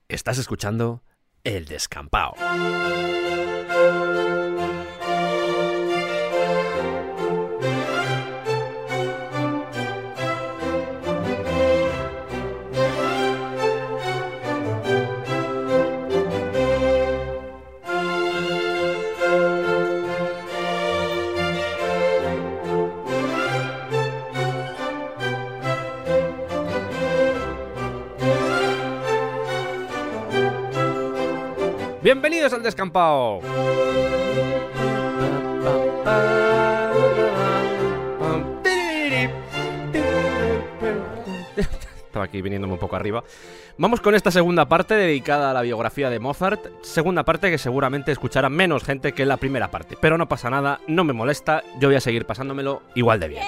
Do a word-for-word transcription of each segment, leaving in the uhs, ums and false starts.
Estás escuchando El Descampao. ¡Bienvenidos al Descampao! Estaba aquí viniéndome un poco arriba. Vamos con esta segunda parte dedicada a la biografía de Mozart. Segunda parte que seguramente escuchará menos gente que la primera parte. Pero no pasa nada, no me molesta, yo voy a seguir pasándomelo igual de bien.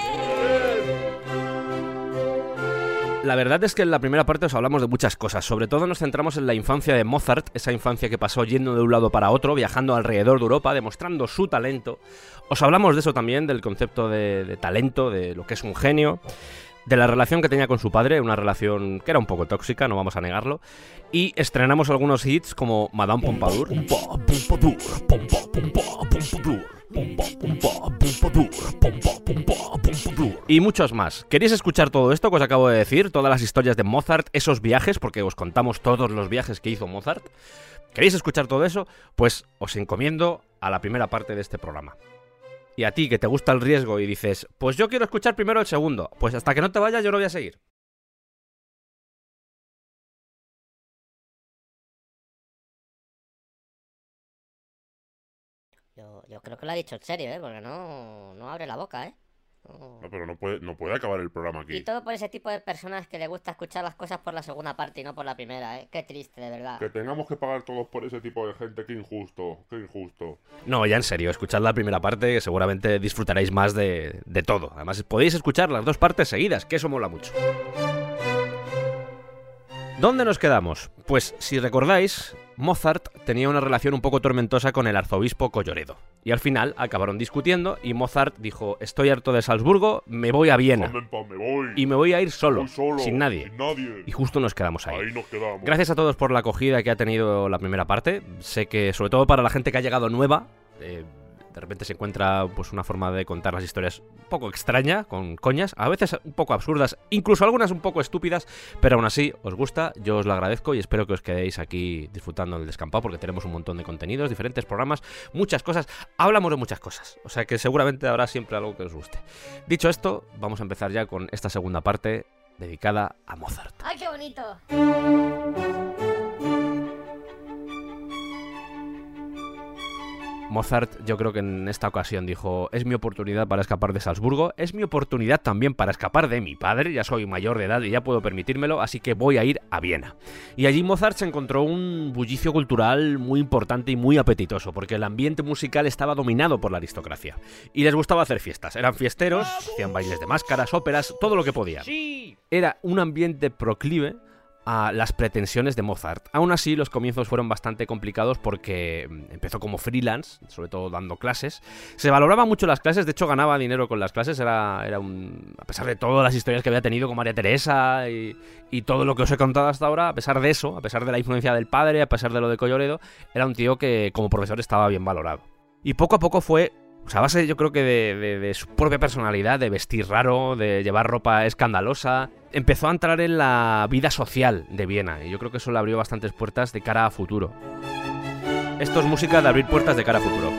La verdad es que en la primera parte os hablamos de muchas cosas, sobre todo nos centramos en la infancia de Mozart, esa infancia que pasó yendo de un lado para otro, viajando alrededor de Europa, demostrando su talento. Os hablamos de eso también, del concepto de, de talento, de lo que es un genio, de la relación que tenía con su padre, una relación que era un poco tóxica, no vamos a negarlo, y estrenamos algunos hits como Madame Pompadour. Y muchos más. ¿Queréis escuchar todo esto que os acabo de decir? Todas las historias de Mozart, esos viajes, porque os contamos todos los viajes que hizo Mozart. ¿Queréis escuchar todo eso? Pues os encomiendo a la primera parte de este programa. Y a ti, que te gusta el riesgo y dices, pues yo quiero escuchar primero el segundo, pues hasta que no te vayas yo no voy a seguir. Yo, yo creo que lo ha dicho en serio, ¿eh? Porque no, no abre la boca, ¿eh? No. No, pero no puede, no puede acabar el programa aquí. Y todo por ese tipo de personas que le gusta escuchar las cosas por la segunda parte y no por la primera, ¿eh? Qué triste, de verdad. Que tengamos que pagar todos por ese tipo de gente, qué injusto, qué injusto. No, ya en serio, escuchad la primera parte que seguramente disfrutaréis más de, de todo. Además, podéis escuchar las dos partes seguidas, que eso mola mucho. ¿Dónde nos quedamos? Pues, si recordáis, Mozart tenía una relación un poco tormentosa con el arzobispo Colloredo. Y al final acabaron discutiendo y Mozart dijo, estoy harto de Salzburgo, me voy a Viena. Me voy. Y me voy a ir solo, Voy solo, sin nadie. sin nadie. Y justo nos quedamos ahí. Ahí nos quedamos. Gracias a todos por la acogida que ha tenido la primera parte. Sé que, sobre todo para la gente que ha llegado nueva, eh, de repente se encuentra pues una forma de contar las historias un poco extraña, con coñas, a veces un poco absurdas, incluso algunas un poco estúpidas, pero aún así os gusta, yo os lo agradezco y espero que os quedéis aquí disfrutando del Descampado porque tenemos un montón de contenidos, diferentes programas, muchas cosas, hablamos de muchas cosas, o sea que seguramente habrá siempre algo que os guste. Dicho esto, vamos a empezar ya con esta segunda parte dedicada a Mozart. ¡Ay, qué bonito! Mozart, yo creo que en esta ocasión dijo, es mi oportunidad para escapar de Salzburgo, es mi oportunidad también para escapar de mi padre, ya soy mayor de edad y ya puedo permitírmelo, así que voy a ir a Viena. Y allí Mozart se encontró un bullicio cultural muy importante y muy apetitoso, porque el ambiente musical estaba dominado por la aristocracia. Y les gustaba hacer fiestas, eran fiesteros, hacían bailes de máscaras, óperas, todo lo que podían. Era un ambiente proclive a las pretensiones de Mozart. Aún así, los comienzos fueron bastante complicados porque empezó como freelance, sobre todo dando clases. Se valoraba mucho las clases, de hecho ganaba dinero con las clases, era, era un... a pesar de todas las historias que había tenido con María Teresa y, y todo lo que os he contado hasta ahora, a pesar de eso, a pesar de la influencia del padre, a pesar de lo de Colloredo, era un tío que como profesor estaba bien valorado. Y poco a poco fue... O sea, a base yo creo que de, de, de su propia personalidad, de vestir raro, de llevar ropa escandalosa, empezó a entrar en la vida social de Viena y yo creo que eso le abrió bastantes puertas de cara a futuro. Esto es música de abrir puertas de cara a futuro.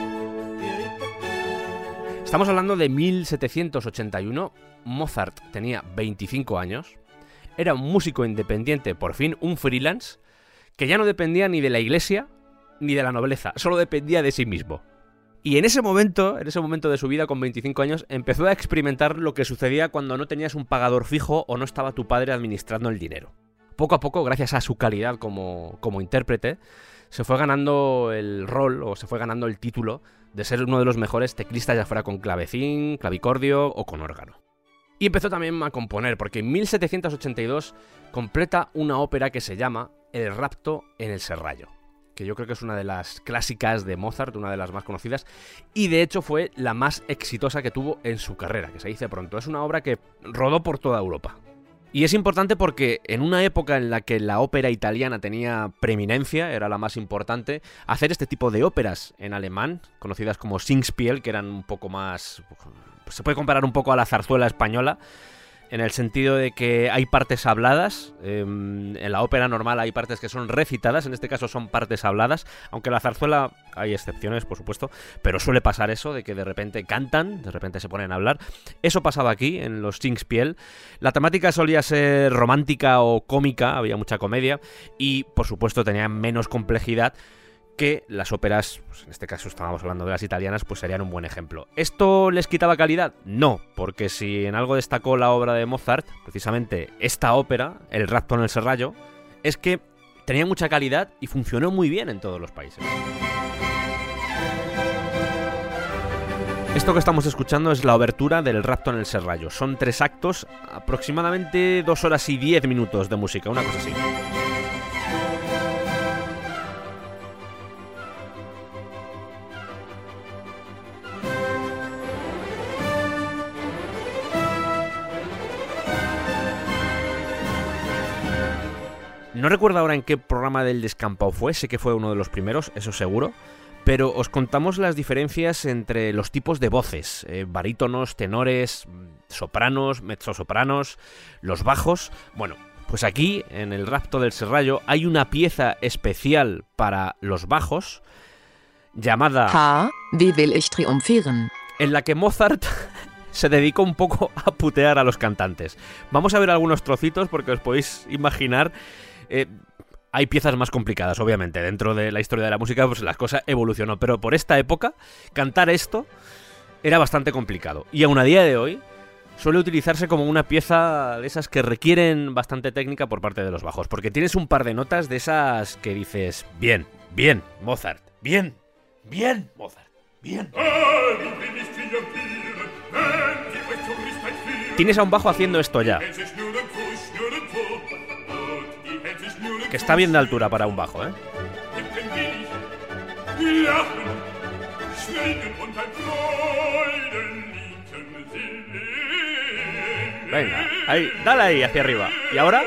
Estamos hablando de mil setecientos ochenta y uno, Mozart tenía veinticinco años, era un músico independiente, por fin un freelance, que ya no dependía ni de la iglesia ni de la nobleza, solo dependía de sí mismo. Y en ese momento, en ese momento de su vida con veinticinco años, empezó a experimentar lo que sucedía cuando no tenías un pagador fijo o no estaba tu padre administrando el dinero. Poco a poco, gracias a su calidad como, como intérprete, se fue ganando el rol o se fue ganando el título de ser uno de los mejores teclistas, ya fuera con clavecín, clavicordio o con órgano. Y empezó también a componer, porque en mil setecientos ochenta y dos completa una ópera que se llama El rapto en el serrallo, que yo creo que es una de las clásicas de Mozart, una de las más conocidas, y de hecho fue la más exitosa que tuvo en su carrera, que se dice pronto. Es una obra que rodó por toda Europa. Y es importante porque en una época en la que la ópera italiana tenía preeminencia, era la más importante, hacer este tipo de óperas en alemán, conocidas como Singspiel, que eran un poco más... se puede comparar un poco a la zarzuela española, en el sentido de que hay partes habladas, eh, en la ópera normal hay partes que son recitadas, en este caso son partes habladas, aunque en la zarzuela hay excepciones, por supuesto, pero suele pasar eso, de que de repente cantan, de repente se ponen a hablar. Eso pasaba aquí, en los Singspiel. La temática solía ser romántica o cómica, había mucha comedia, y por supuesto tenía menos complejidad que las óperas, pues en este caso estábamos hablando de las italianas, pues serían un buen ejemplo. ¿Esto les quitaba calidad? No, porque si en algo destacó la obra de Mozart, precisamente esta ópera, El rapto en el serrallo, es que tenía mucha calidad y funcionó muy bien en todos los países. Esto que estamos escuchando es la obertura del rapto en el serrallo. Son tres actos, aproximadamente dos horas y diez minutos de música, una cosa así. No recuerdo ahora en qué programa del Descampado fue, sé que fue uno de los primeros, eso seguro, pero os contamos las diferencias entre los tipos de voces, eh, barítonos, tenores, sopranos, mezzosopranos, los bajos. Bueno, pues aquí, en el rapto del serrallo, hay una pieza especial para los bajos, llamada... Ha, wie will ich triumphieren? En la que Mozart... se dedicó un poco a putear a los cantantes. Vamos a ver algunos trocitos porque os podéis imaginar... Eh, hay piezas más complicadas, obviamente. Dentro de la historia de la música, pues las cosas evolucionó. Pero por esta época, cantar esto era bastante complicado. Y aún a día de hoy, suele utilizarse como una pieza de esas que requieren bastante técnica por parte de los bajos. Porque tienes un par de notas de esas que dices, bien, bien, Mozart, bien, bien, Mozart, bien. Tienes a un bajo haciendo esto ya, que está bien de altura para un bajo, ¿eh? Venga, ahí, dale ahí, hacia arriba. ¿Y ahora?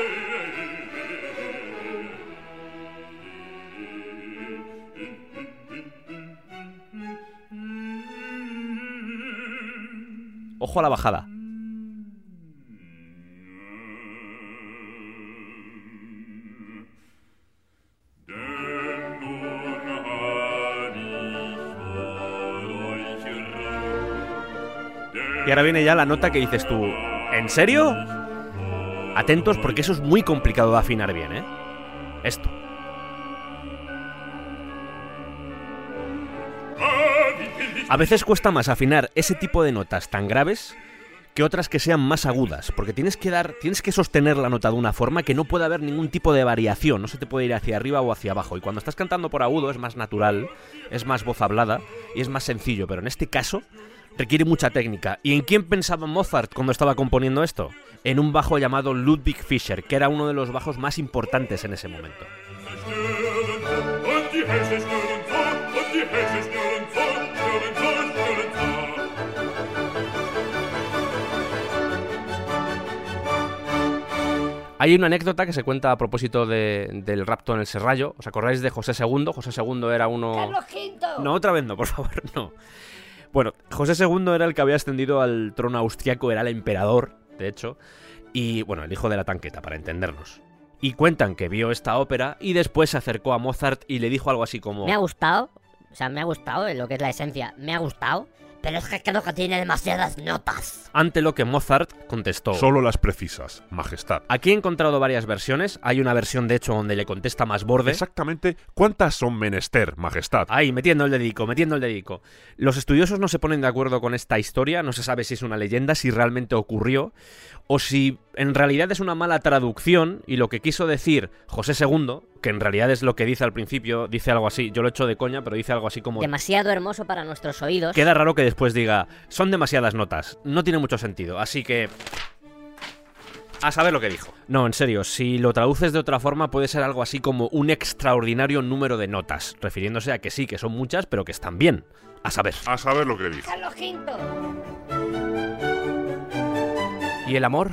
Ojo a la bajada. Y ahora viene ya la nota que dices tú, ¿en serio? Atentos porque eso es muy complicado de afinar bien, ¿eh? Esto. A veces cuesta más afinar ese tipo de notas tan graves que otras que sean más agudas, porque tienes que dar, tienes que sostener la nota de una forma que no pueda haber ningún tipo de variación, no se te puede ir hacia arriba o hacia abajo. Y cuando estás cantando por agudo es más natural, es más voz hablada y es más sencillo, pero en este caso requiere mucha técnica. ¿Y en quién pensaba Mozart cuando estaba componiendo esto? En un bajo llamado Ludwig Fischer, que era uno de los bajos más importantes en ese momento. Hay una anécdota que se cuenta a propósito de, del rapto en el serrallo. ¿Os acordáis de José segundo? José segundo era uno... ¡Carlos quinto! No, otra vez no, por favor, no. Bueno, José segundo era el que había ascendido al trono austriaco, era el emperador, de hecho, y, bueno, el hijo de la tanqueta, para entendernos. Y cuentan que vio esta ópera y después se acercó a Mozart y le dijo algo así como... Me ha gustado, o sea, me ha gustado, en lo que es la esencia, me ha gustado, pero es que creo que tiene demasiadas notas. Ante lo que Mozart contestó... Solo las precisas, majestad. Aquí he encontrado varias versiones. Hay una versión, de hecho, donde le contesta más borde. Exactamente, ¿cuántas son menester, majestad? Ahí, metiendo el dedico, metiendo el dedico. Los estudiosos no se ponen de acuerdo con esta historia. No se sabe si es una leyenda, si realmente ocurrió, o si en realidad es una mala traducción y lo que quiso decir José segundo, que en realidad es lo que dice al principio, dice algo así, yo lo echo de coña, pero dice algo así como... Demasiado hermoso para nuestros oídos. Queda raro que después diga, son demasiadas notas, no tiene mucho sentido, así que... a saber lo que dijo. No, en serio, si lo traduces de otra forma puede ser algo así como un extraordinario número de notas, refiriéndose a que sí, que son muchas, pero que están bien. A saber. A saber lo que dijo. ¡Carlos quinto! ¿Y el amor?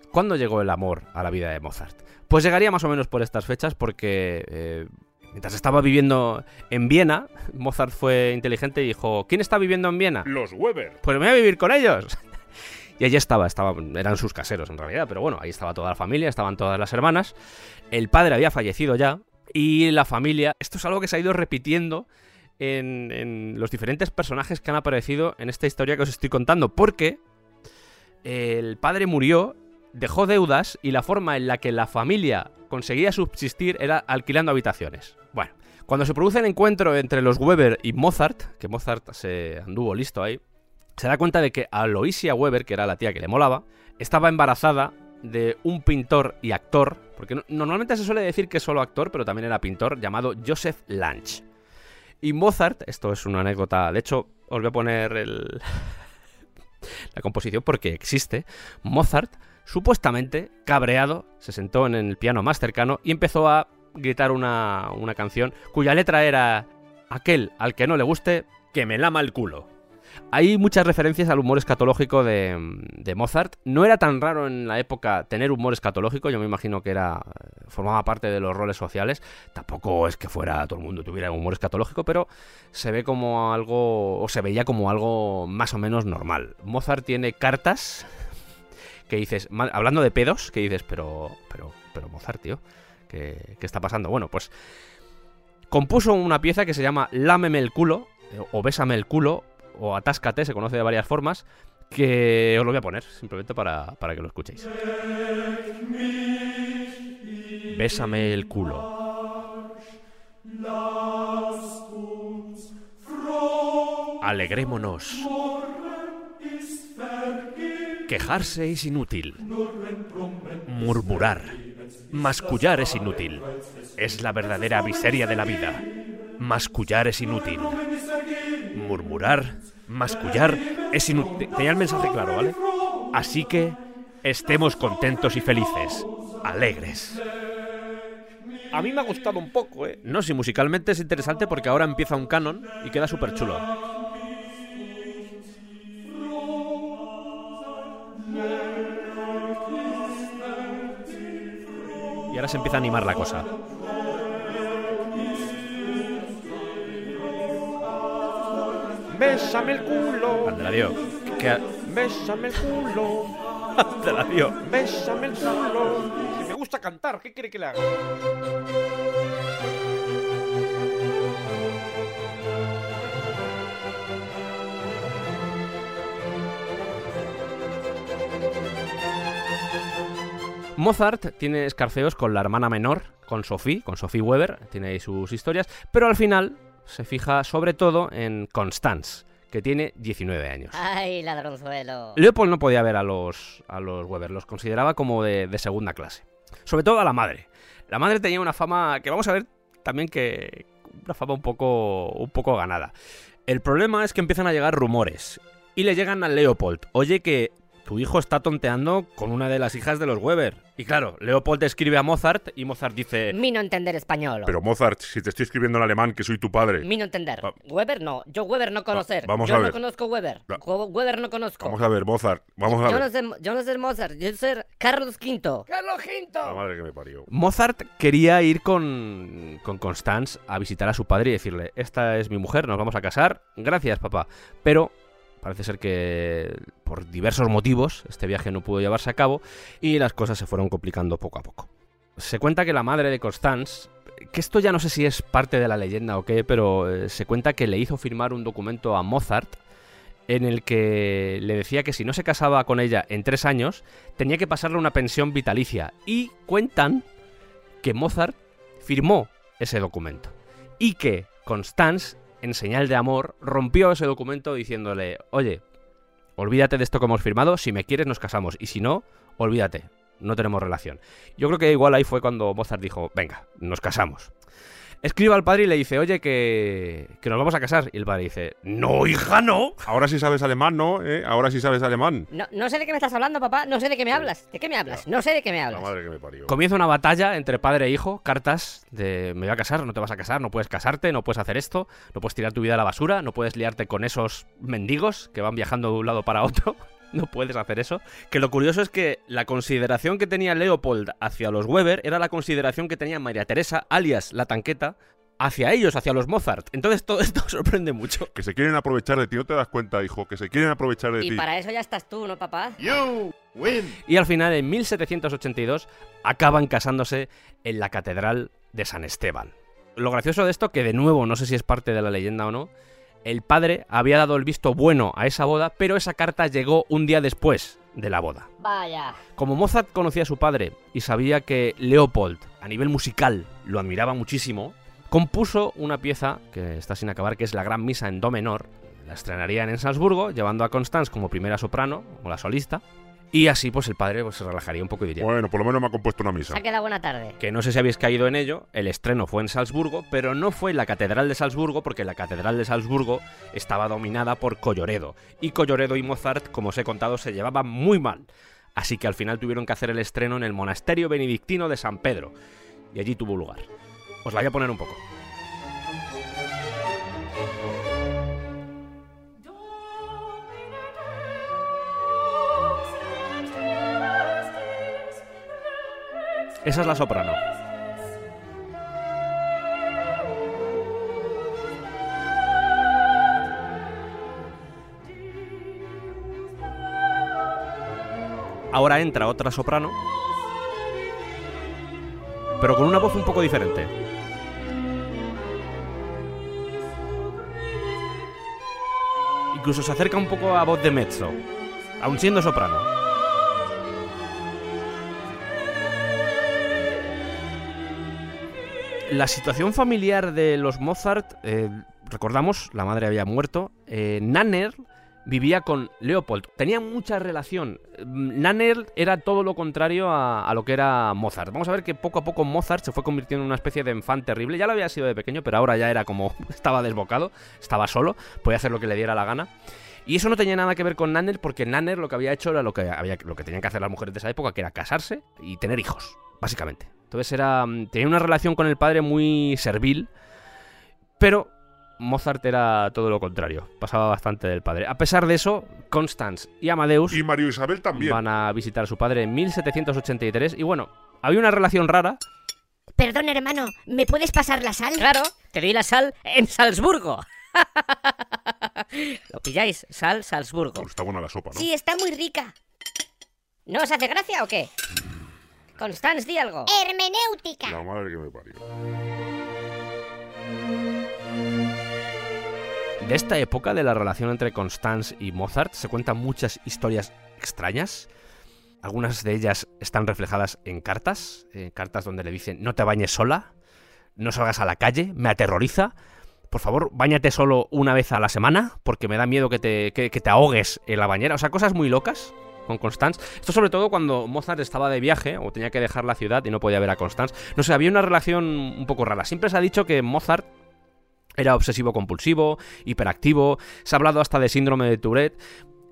¿Cuándo llegó el amor a la vida de Mozart? Pues llegaría más o menos por estas fechas porque eh, mientras estaba viviendo en Viena, Mozart fue inteligente y dijo, ¿quién está viviendo en Viena? Los Weber. Pues me voy a vivir con ellos. Y allí estaba, estaba, eran sus caseros en realidad, pero bueno, ahí estaba toda la familia, estaban todas las hermanas. El padre había fallecido ya y la familia... Esto es algo que se ha ido repitiendo en, en los diferentes personajes que han aparecido en esta historia que os estoy contando, porque el padre murió, dejó deudas y la forma en la que la familia conseguía subsistir era alquilando habitaciones. Bueno, cuando se produce el encuentro entre los Weber y Mozart, que Mozart se anduvo listo ahí, se da cuenta de que Aloysia Weber, que era la tía que le molaba, estaba embarazada de un pintor y actor, porque no, normalmente se suele decir que es solo actor, pero también era pintor, llamado Joseph Lange. Y Mozart, esto es una anécdota, de hecho, os voy a poner el... la composición porque existe. Mozart, supuestamente cabreado, se sentó en el piano más cercano y empezó a gritar una, una canción cuya letra era: aquel al que no le guste, que me lama el culo. Hay muchas referencias al humor escatológico de, de Mozart. No era tan raro en la época tener humor escatológico. Yo me imagino que era formaba parte de los roles sociales. Tampoco es que fuera todo el mundo tuviera humor escatológico, pero se ve como algo, o se veía como algo más o menos normal. Mozart tiene cartas que dices, hablando de pedos, que dices, pero, pero, pero Mozart, tío, ¿qué, qué está pasando? Bueno, pues compuso una pieza que se llama Lámeme el culo, o Bésame el culo, o Atáscate, se conoce de varias formas, que os lo voy a poner, simplemente para, para que lo escuchéis. Bésame el culo. Alegrémonos. Quejarse es inútil. Murmurar. Mascullar es inútil. Es la verdadera miseria de la vida. Mascullar es inútil. Murmurar, mascullar, es inútil. Tenía el mensaje claro, ¿vale? Así que estemos contentos y felices, alegres. A mí me ha gustado un poco, ¿eh? No, sí, musicalmente es interesante porque ahora empieza un canon y queda súper chulo. Y ahora se empieza a animar la cosa. Bésame el culo. Ande la dio. ¿Qué? Bésame el culo. Ande la dio. Bésame el culo. Si me gusta cantar, ¿qué quiere que le haga? Mozart tiene escarceos con la hermana menor, con Sophie, con Sophie Weber, tiene ahí sus historias, pero al final se fija sobre todo en Constance, que tiene diecinueve años. ¡Ay, ladronzuelo! Leopold no podía ver a los, a los Weber, los consideraba como de, de segunda clase. Sobre todo a la madre. La madre tenía una fama que vamos a ver también que... una fama un poco, un poco ganada. El problema es que empiezan a llegar rumores y le llegan a Leopold. Oye, que tu hijo está tonteando con una de las hijas de los Weber. Y claro, Leopold escribe a Mozart y Mozart dice... Mi no entender español. Pero Mozart, si te estoy escribiendo en alemán, que soy tu padre. Mi no entender. Va- Weber no. Yo Weber no conocer. Va- vamos yo a no ver. conozco Weber. Va- Go- Weber no conozco. Vamos a ver, Mozart. Vamos a yo, ver. no sé, yo no sé Mozart. Yo sé Carlos quinto. ¡Carlos La quinto! madre que me parió. Mozart quería ir con, con Constance a visitar a su padre y decirle, esta es mi mujer, nos vamos a casar, gracias papá. Pero parece ser que por diversos motivos este viaje no pudo llevarse a cabo y las cosas se fueron complicando poco a poco. Se cuenta que la madre de Constance, que esto ya no sé si es parte de la leyenda o qué, pero eh, se cuenta que le hizo firmar un documento a Mozart en el que le decía que si no se casaba con ella en tres años, tenía que pasarle una pensión vitalicia. Y cuentan que Mozart firmó ese documento y que Constance, en señal de amor, rompió ese documento diciéndole, oye, olvídate de esto que hemos firmado, si me quieres nos casamos, y si no, olvídate, no tenemos relación. Yo creo que igual ahí fue cuando Mozart dijo, venga, nos casamos. Escribe al padre y le dice, oye, que, que nos vamos a casar. Y el padre dice, no, hija, no. Ahora sí sabes alemán, ¿no? ¿Eh? Ahora sí sabes alemán. No, no sé de qué me estás hablando, papá. No sé de qué me hablas. ¿De qué me hablas? No sé de qué me La hablas. madre que me parió. Comienza una batalla entre padre e hijo, cartas de me voy a casar, no te vas a casar, no puedes casarte, no puedes hacer esto, no puedes tirar tu vida a la basura, no puedes liarte con esos mendigos que van viajando de un lado para otro. no puedes hacer eso. Que lo curioso es que la consideración que tenía Leopold hacia los Weber era la consideración que tenía María Teresa, alias la Tanqueta, hacia ellos, hacia los Mozart. Entonces todo esto sorprende mucho. Que se quieren aprovechar de ti, ¿no te das cuenta, hijo? Que se quieren aprovechar de Y ti. para eso ya estás tú, ¿no, papá? You win. Y al final, en mil setecientos ochenta y dos, acaban casándose en la Catedral de San Esteban. Lo gracioso de esto, que de nuevo, no sé si es parte de la leyenda o no, el padre había dado el visto bueno a esa boda, pero esa carta llegó un día después de la boda. Vaya. Como Mozart conocía a su padre y sabía que Leopold, a nivel musical, lo admiraba muchísimo, compuso una pieza que está sin acabar, que es la Gran Misa en Do menor. La estrenarían en Salzburgo, llevando a Constance como primera soprano, o la solista. Y así, pues el padre pues, se relajaría un poco y diría... Bueno, por lo menos me ha compuesto una Se misa. ha quedado buena tarde. Que no sé si habéis caído en ello, el estreno fue en Salzburgo, pero no fue en la Catedral de Salzburgo, porque la Catedral de Salzburgo estaba dominada por Colloredo. Y Colloredo y Mozart, como os he contado, se llevaban muy mal. Así que al final tuvieron que hacer el estreno en el monasterio benedictino de San Pedro. Y allí tuvo lugar. Os la voy a poner un poco. Esa es la soprano. Ahora entra otra soprano, pero con una voz un poco diferente. Incluso se acerca un poco a voz de mezzo, aun siendo soprano. La situación familiar de los Mozart, eh, recordamos, la madre había muerto, eh, Nanner vivía con Leopold, tenía mucha relación. Nanner era todo lo contrario a, a lo que era Mozart. Vamos a ver que poco a poco Mozart se fue convirtiendo en una especie de enfant terrible. Ya lo había sido de pequeño, pero ahora ya era como, estaba desbocado, estaba solo, podía hacer lo que le diera la gana. Y eso no tenía nada que ver con Nanner, porque Nanner lo que había hecho era lo que, había, lo que tenían que hacer las mujeres de esa época, que era casarse y tener hijos, básicamente. Entonces era, tenía una relación con el padre muy servil, pero Mozart era todo lo contrario, pasaba bastante del padre. A pesar de eso, Constance y Amadeus Y María Isabel también. van a visitar a su padre en mil setecientos ochenta y tres y bueno, había una relación rara. Perdón, hermano, ¿me puedes pasar la sal? Claro, te doy la sal en Salzburgo. ¿Lo pilláis? Sal, Salzburgo. Pues está buena la sopa, ¿no? Sí, está muy rica. ¿No os hace gracia o qué? Constance, di algo. Hermenéutica. La madre que me parió. De esta época de la relación entre Constance y Mozart se cuentan muchas historias extrañas. Algunas de ellas están reflejadas en cartas, en cartas donde le dicen no te bañes sola, no salgas a la calle, me aterroriza, por favor, báñate solo una vez a la semana porque me da miedo que te, que, que te ahogues en la bañera. O sea, cosas muy locas con Constance. Esto sobre todo cuando Mozart estaba de viaje o tenía que dejar la ciudad y no podía ver a Constance. No sé, había una relación un poco rara. Siempre se ha dicho que Mozart era obsesivo-compulsivo, hiperactivo, se ha hablado hasta de síndrome de Tourette.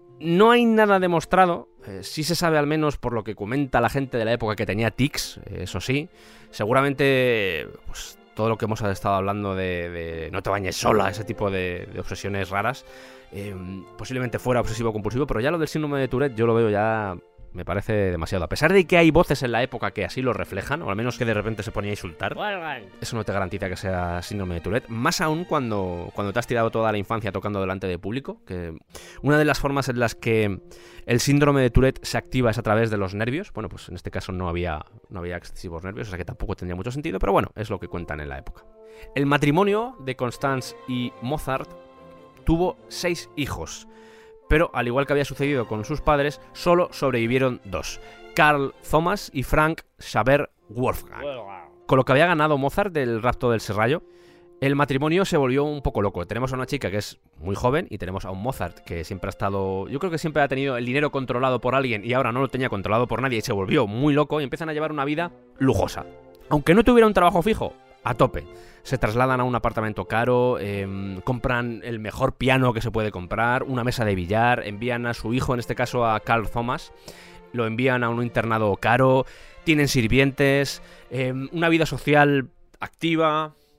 No hay nada demostrado, eh, sí se sabe al menos por lo que comenta la gente de la época que tenía tics, eh, eso sí. Seguramente pues, todo lo que hemos estado hablando de, de no te bañes sola, ese tipo de, de obsesiones raras, eh, posiblemente fuera obsesivo-compulsivo, pero ya lo del síndrome de Tourette yo lo veo ya... me parece demasiado. A pesar de que hay voces en la época que así lo reflejan, o al menos que de repente se ponía a insultar, Huelgan. eso no te garantiza que sea síndrome de Tourette. Más aún cuando, cuando te has tirado toda la infancia tocando delante de público. Que una de las formas en las que el síndrome de Tourette se activa es a través de los nervios. Bueno, pues en este caso no había, no había excesivos nervios, o sea que tampoco tendría mucho sentido, pero bueno, es lo que cuentan en la época. El matrimonio de Constance y Mozart tuvo seis hijos. Pero, al igual que había sucedido con sus padres, solo sobrevivieron dos, Carl Thomas y Frank Xaver Wolfgang. Con lo que había ganado Mozart del rapto del Serrallo, el matrimonio se volvió un poco loco. Tenemos a una chica que es muy joven y tenemos a un Mozart que siempre ha estado... Yo creo que siempre ha tenido el dinero controlado por alguien y ahora no lo tenía controlado por nadie y se volvió muy loco y empiezan a llevar una vida lujosa. Aunque no tuviera un trabajo fijo, a tope. Se trasladan a un apartamento caro, eh, compran el mejor piano que se puede comprar, una mesa de billar, envían a su hijo, en este caso a Carl Thomas, lo envían a un internado caro, tienen sirvientes, eh, una vida social activa,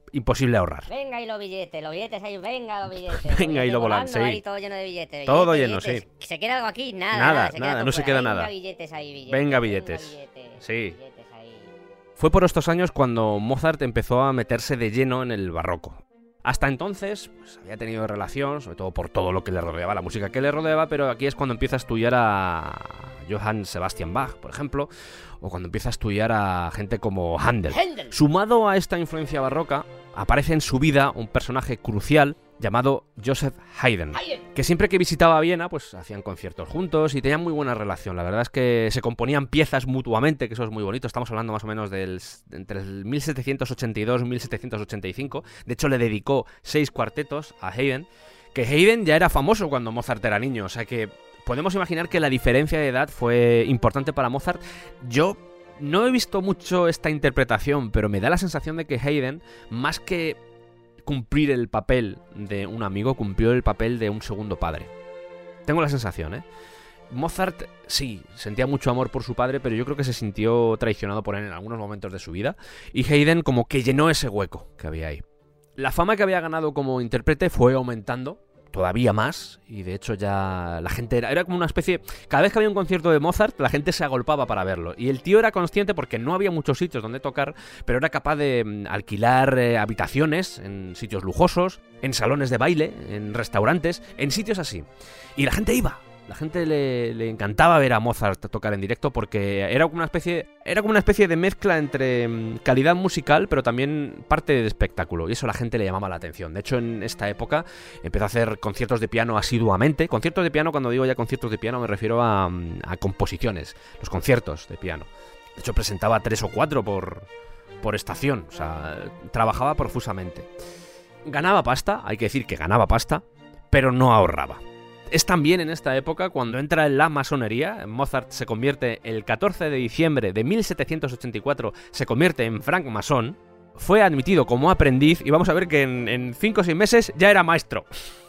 imposible ahorrar. Venga, y los billetes, los billetes ahí, venga, los billetes. Venga, y lo volando, sí. Ahí, todo lleno de billetes. Todo billetes, lleno, billetes. ¿Se queda algo aquí? Nada, Nada, nada, se nada, queda no se todo queda fuera. nada. Venga, billetes ahí, billetes. Venga, billetes. billetes, Sí. billetes ahí. Fue por estos años cuando Mozart empezó a meterse de lleno en el barroco. Hasta entonces, pues, había tenido relación, sobre todo por todo lo que le rodeaba, la música que le rodeaba, pero aquí es cuando empieza a estudiar a Johann Sebastian Bach, por ejemplo, o cuando empieza a estudiar a gente como Händel. Händel. Sumado a esta influencia barroca, aparece en su vida un personaje crucial llamado Joseph Haydn, que siempre que visitaba Viena, pues hacían conciertos juntos y tenían muy buena relación. La verdad es que se componían piezas mutuamente, que eso es muy bonito. Estamos hablando más o menos del entre el mil setecientos ochenta y dos y mil setecientos ochenta y cinco. De hecho, le dedicó seis cuartetos a Haydn, que Haydn ya era famoso cuando Mozart era niño, o sea que podemos imaginar que la diferencia de edad fue importante para Mozart. Yo no he visto mucho esta interpretación, pero me da la sensación de que Haydn, más que cumplir el papel de un amigo, cumplió el papel de un segundo padre. Tengo la sensación, ¿eh? Mozart, sí, sentía mucho amor por su padre, pero yo creo que se sintió traicionado por él en algunos momentos de su vida, y Haydn como que llenó ese hueco que había ahí. La fama que había ganado como intérprete fue aumentando todavía más, y de hecho ya la gente era, era como una especie... Cada vez que había un concierto de Mozart, la gente se agolpaba para verlo, y el tío era consciente, porque no había muchos sitios donde tocar, pero era capaz de mm, alquilar eh, habitaciones en sitios lujosos, en salones de baile, en restaurantes, en sitios así, y la gente iba. La gente le, le encantaba ver a Mozart tocar en directo porque era como una especie, era como una especie de mezcla entre mm, calidad musical, pero también parte de espectáculo, y eso a la gente le llamaba la atención. De hecho, en esta época empezó a hacer conciertos de piano asiduamente. Conciertos de piano, cuando digo ya conciertos de piano, me refiero a, a composiciones, los conciertos de piano. De hecho, presentaba tres o cuatro por, por estación, o sea, trabajaba profusamente. Ganaba pasta, hay que decir que ganaba pasta, pero no ahorraba. Es también en esta época cuando entra en la masonería. Mozart se convierte el catorce de diciembre de mil setecientos ochenta y cuatro, se convierte en francmasón, fue admitido como aprendiz y vamos a ver que en cinco o seis meses ya era maestro.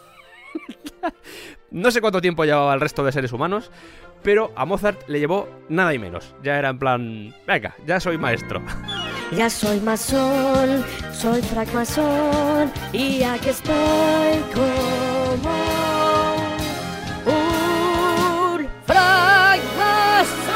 No sé cuánto tiempo llevaba el resto de seres humanos, pero a Mozart le llevó nada y menos. Ya era en plan, venga, ya soy maestro. Ya soy masón, soy francmasón y aquí estoy como un francmasón.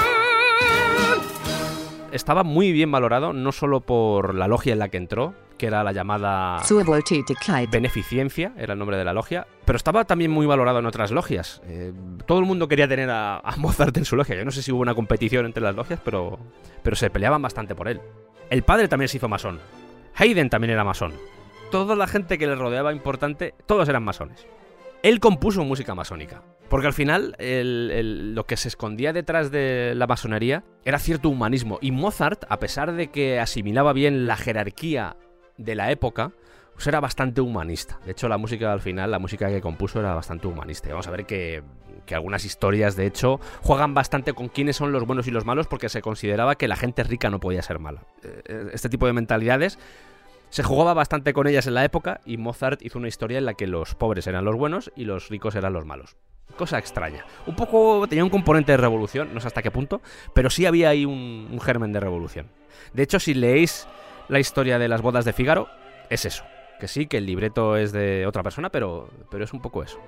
Estaba muy bien valorado, no solo por la logia en la que entró, que era la llamada Zur Wohltätigkeit. Beneficencia, era el nombre de la logia, pero estaba también muy valorado en otras logias. Eh, todo el mundo quería tener a, a Mozart en su logia. Yo no sé si hubo una competición entre las logias, pero, pero se peleaban bastante por él. El padre también se hizo masón. Haydn también era masón. Toda la gente que le rodeaba importante, todos eran masones. Él compuso música masónica, porque al final el, el, lo que se escondía detrás de la masonería era cierto humanismo. Y Mozart, a pesar de que asimilaba bien la jerarquía de la época, pues era bastante humanista. De hecho, la música al final, la música que compuso era bastante humanista. Y vamos a ver que, que algunas historias, de hecho, juegan bastante con quiénes son los buenos y los malos, porque se consideraba que la gente rica no podía ser mala. Este tipo de mentalidades se jugaba bastante con ellas en la época, y Mozart hizo una historia en la que los pobres eran los buenos y los ricos eran los malos. Cosa extraña. Un poco tenía un componente de revolución, no sé hasta qué punto, pero sí había ahí un, un germen de revolución. De hecho, si leéis la historia de las bodas de Fígaro, es eso. Que sí, que el libreto es de otra persona, pero, pero es un poco eso.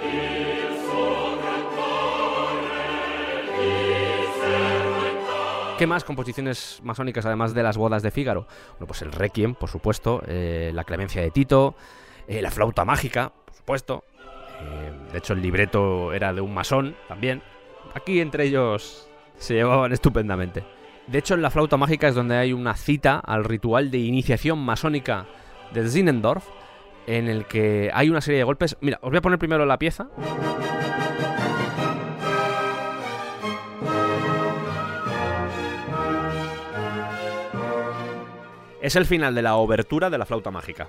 ¿Qué más composiciones masónicas además de las bodas de Fígaro? Bueno, pues el Requiem, por supuesto, eh, la Clemencia de Tito, eh, la Flauta Mágica, por supuesto. Eh, de hecho, el libreto era de un masón también. Aquí entre ellos se llevaban estupendamente. De hecho, en la Flauta Mágica es donde hay una cita al ritual de iniciación masónica de Zinzendorf, en el que hay una serie de golpes. Mira, os voy a poner primero la pieza. Es el final de la obertura de la Flauta Mágica.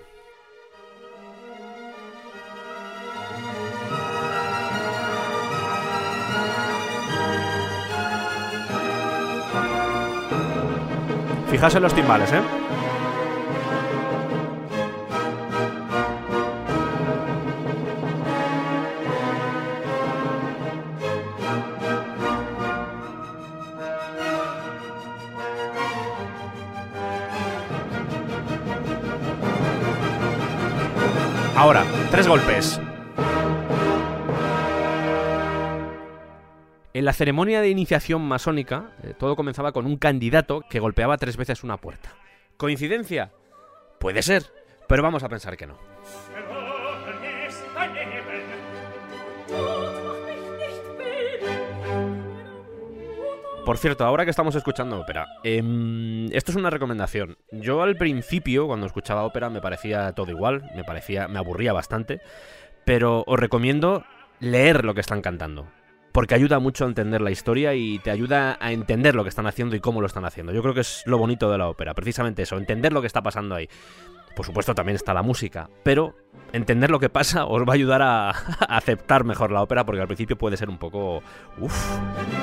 Fijaos en los timbales, ¿eh? Ahora, tres golpes. En la ceremonia de iniciación masónica, eh, todo comenzaba con un candidato que golpeaba tres veces una puerta. ¿Coincidencia? Puede ser, pero vamos a pensar que no. Por cierto, ahora que estamos escuchando ópera, eh, esto es una recomendación. Yo al principio, cuando escuchaba ópera, me parecía todo igual, me parecía, me aburría bastante, pero os recomiendo leer lo que están cantando, porque ayuda mucho a entender la historia y te ayuda a entender lo que están haciendo y cómo lo están haciendo. Yo creo que es lo bonito de la ópera, precisamente eso, entender lo que está pasando ahí. Por supuesto también está la música, pero entender lo que pasa os va a ayudar a, a aceptar mejor la ópera, porque al principio puede ser un poco... Uf.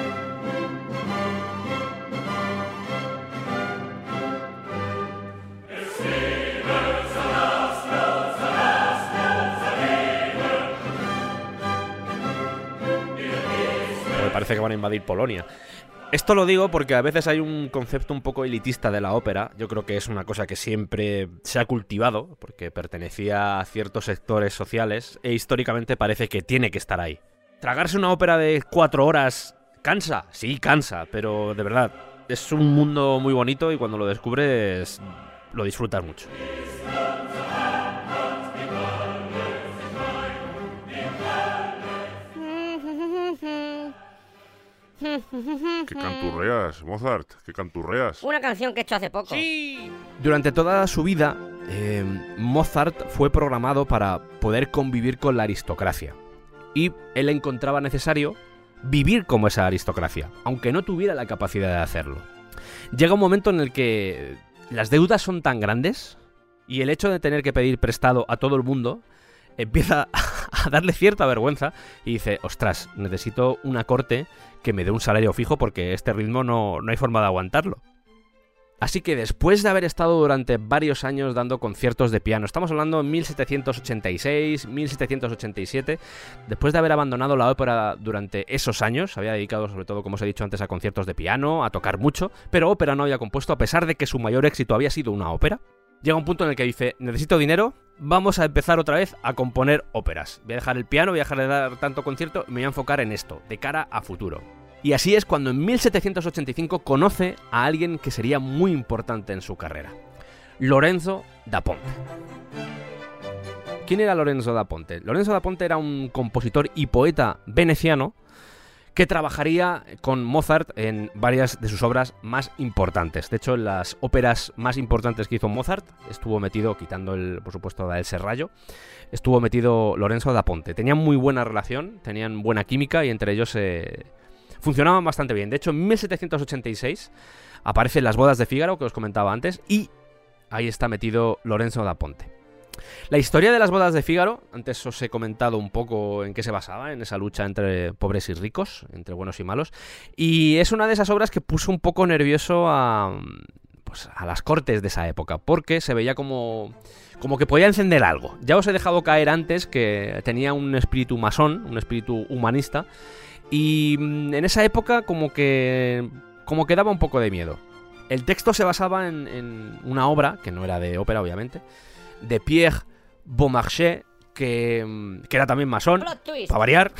Parece que van a invadir Polonia. Esto lo digo porque a veces hay un concepto un poco elitista de la ópera. Yo creo que es una cosa que siempre se ha cultivado, porque pertenecía a ciertos sectores sociales e históricamente parece que tiene que estar ahí. ¿Tragarse una ópera de cuatro horas cansa? Sí, cansa, pero de verdad, es un mundo muy bonito y cuando lo descubres lo disfrutas mucho. ¿Qué canturreas, Mozart? ¿Qué canturreas? Una canción que he hecho hace poco. Sí. Durante toda su vida, eh, Mozart fue programado para poder convivir con la aristocracia. Y él encontraba necesario vivir como esa aristocracia, aunque no tuviera la capacidad de hacerlo. Llega un momento en el que las deudas son tan grandes y el hecho de tener que pedir prestado a todo el mundo empieza a darle cierta vergüenza y dice, ostras, necesito una corte que me dé un salario fijo porque este ritmo no, no hay forma de aguantarlo. Así que después de haber estado durante varios años dando conciertos de piano, estamos hablando en mil setecientos ochenta y seis, mil setecientos ochenta y siete, después de haber abandonado la ópera durante esos años, se había dedicado sobre todo, como os he dicho antes, a conciertos de piano, a tocar mucho, pero ópera no había compuesto a pesar de que su mayor éxito había sido una ópera. Llega un punto en el que dice, necesito dinero, vamos a empezar otra vez a componer óperas. Voy a dejar el piano, voy a dejar de dar tanto concierto y me voy a enfocar en esto, de cara a futuro. Y así es cuando en mil setecientos ochenta y cinco conoce a alguien que sería muy importante en su carrera. Lorenzo da Ponte. ¿Quién era Lorenzo da Ponte? Lorenzo da Ponte era un compositor y poeta veneciano que trabajaría con Mozart en varias de sus obras más importantes. De hecho, en las óperas más importantes que hizo Mozart estuvo metido, quitando el, por supuesto, El Serrallo, estuvo metido Lorenzo da Ponte. Tenían muy buena relación, tenían buena química y entre ellos eh, funcionaban bastante bien. De hecho, en mil setecientos ochenta y seis aparecen Las bodas de Fígaro, que os comentaba antes, y ahí está metido Lorenzo da Ponte. La historia de Las bodas de Fígaro, antes os he comentado un poco en qué se basaba, en esa lucha entre pobres y ricos, entre buenos y malos, y es una de esas obras que puso un poco nervioso a, pues, a las cortes de esa época, porque se veía como, como que podía encender algo. Ya os he dejado caer antes que tenía un espíritu masón, un espíritu humanista, y en esa época como que, como que daba un poco de miedo. El texto se basaba en, en una obra, que no era de ópera obviamente, de Pierre Beaumarchais, que, que era también masón, para variar,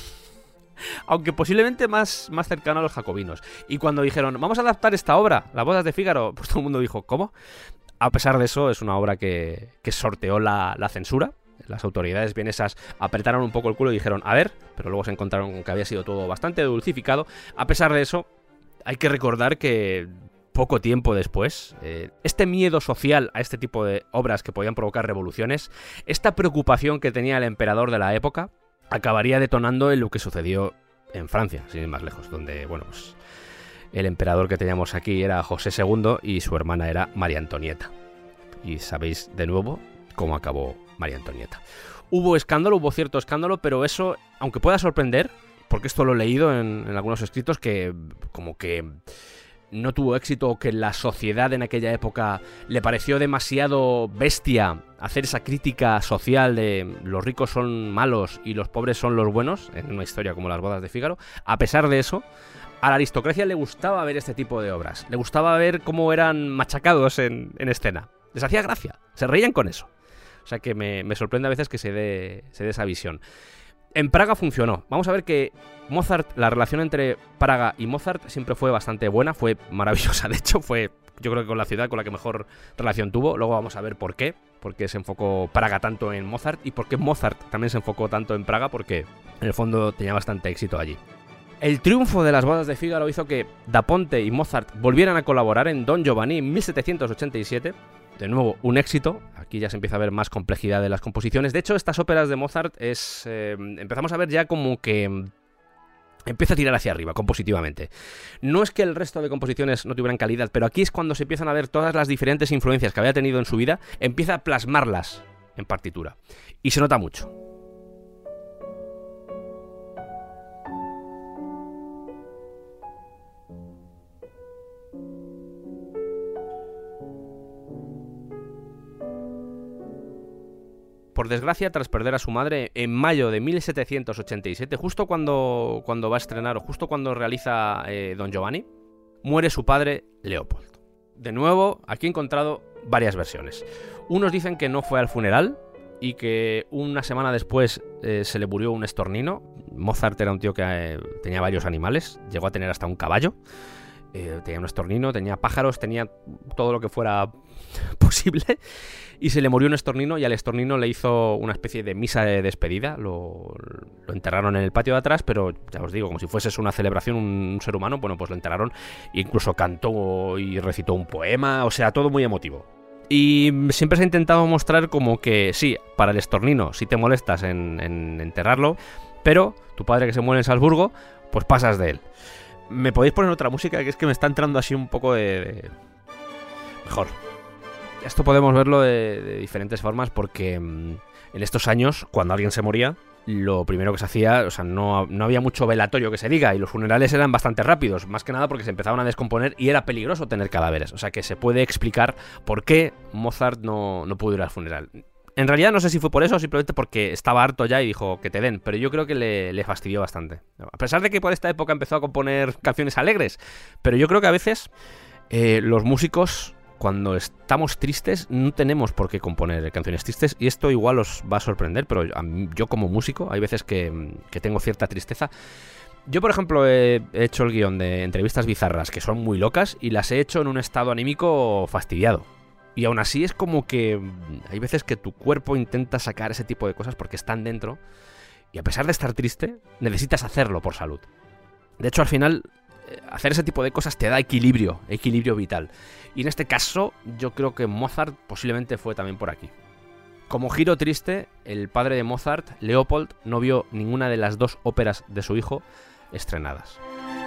aunque posiblemente más, más cercano a los jacobinos. Y cuando dijeron, vamos a adaptar esta obra, Las bodas de Fígaro, pues todo el mundo dijo, ¿cómo? A pesar de eso, es una obra que, que sorteó la, la censura. Las autoridades vienesas apretaron un poco el culo y dijeron, a ver, pero luego se encontraron que había sido todo bastante dulcificado. A pesar de eso, hay que recordar que poco tiempo después, eh, este miedo social a este tipo de obras que podían provocar revoluciones, esta preocupación que tenía el emperador de la época, acabaría detonando en lo que sucedió en Francia, sin ir más lejos, donde, bueno, pues el emperador que teníamos aquí era José segundo y su hermana era María Antonieta. Y sabéis de nuevo cómo acabó María Antonieta. Hubo escándalo, hubo cierto escándalo, pero eso, aunque pueda sorprender, porque esto lo he leído en, en algunos escritos, que como que no tuvo éxito, o que la sociedad en aquella época le pareció demasiado bestia hacer esa crítica social de los ricos son malos y los pobres son los buenos, en una historia como Las bodas de Fígaro. A pesar de eso, a la aristocracia le gustaba ver este tipo de obras, le gustaba ver cómo eran machacados en, en escena, les hacía gracia, se reían con eso. O sea que me, me sorprende a veces que se dé, se dé esa visión. En Praga funcionó. Vamos a ver que Mozart, la relación entre Praga y Mozart siempre fue bastante buena, fue maravillosa. De hecho, fue, yo creo que con la ciudad con la que mejor relación tuvo. Luego vamos a ver por qué. Por qué se enfocó Praga tanto en Mozart y por qué Mozart también se enfocó tanto en Praga, porque en el fondo tenía bastante éxito allí. El triunfo de las bodas de Fígaro hizo que Da Ponte y Mozart volvieran a colaborar en Don Giovanni en mil setecientos ochenta y siete. De nuevo, un éxito. Aquí ya se empieza a ver más complejidad de las composiciones. De hecho, estas óperas de Mozart es... Eh, empezamos a ver ya como que... empieza a tirar hacia arriba, compositivamente. No es que el resto de composiciones no tuvieran calidad, pero aquí es cuando se empiezan a ver todas las diferentes influencias que había tenido en su vida, empieza a plasmarlas en partitura. Y se nota mucho. Por desgracia, tras perder a su madre en mayo de mil setecientos ochenta y siete, justo cuando, cuando va a estrenar o justo cuando realiza eh, Don Giovanni, muere su padre Leopold. De nuevo, aquí he encontrado varias versiones. Unos dicen que no fue al funeral y que una semana después eh, se le murió un estornino. Mozart era un tío que eh, tenía varios animales, llegó a tener hasta un caballo. Eh, tenía un estornino, tenía pájaros, tenía todo lo que fuera posible y se le murió un estornino y al estornino le hizo una especie de misa de despedida, lo, lo enterraron en el patio de atrás, pero ya os digo, como si fuese una celebración, un ser humano, bueno, pues lo enterraron e incluso cantó y recitó un poema, o sea, todo muy emotivo. Y siempre se ha intentado mostrar como que sí, para el estornino, si te molestas en, en enterrarlo, pero tu padre que se muere en Salzburgo, pues pasas de él. ¿Me podéis poner otra música? Que es que me está entrando así un poco de... de... mejor. Esto podemos verlo de, de diferentes formas porque mmm, en estos años, cuando alguien se moría, lo primero que se hacía, o sea, no, no había mucho velatorio que se diga y los funerales eran bastante rápidos, más que nada porque se empezaban a descomponer y era peligroso tener cadáveres. O sea, que se puede explicar por qué Mozart no, no pudo ir al funeral. En realidad no sé si fue por eso o simplemente porque estaba harto ya y dijo que te den, pero yo creo que le, le fastidió bastante. A pesar de que por esta época empezó a componer canciones alegres, pero yo creo que a veces eh, los músicos, cuando estamos tristes, no tenemos por qué componer canciones tristes y esto igual os va a sorprender, pero a mí, yo como músico hay veces que, que tengo cierta tristeza. Yo, por ejemplo, he hecho el guión de entrevistas bizarras que son muy locas y las he hecho en un estado anímico fastidiado. Y aún así es como que hay veces que tu cuerpo intenta sacar ese tipo de cosas porque están dentro y a pesar de estar triste, necesitas hacerlo por salud. De hecho, al final, hacer ese tipo de cosas te da equilibrio, equilibrio vital. Y en este caso, yo creo que Mozart posiblemente fue también por aquí. Como giro triste, el padre de Mozart, Leopold, no vio ninguna de las dos óperas de su hijo estrenadas.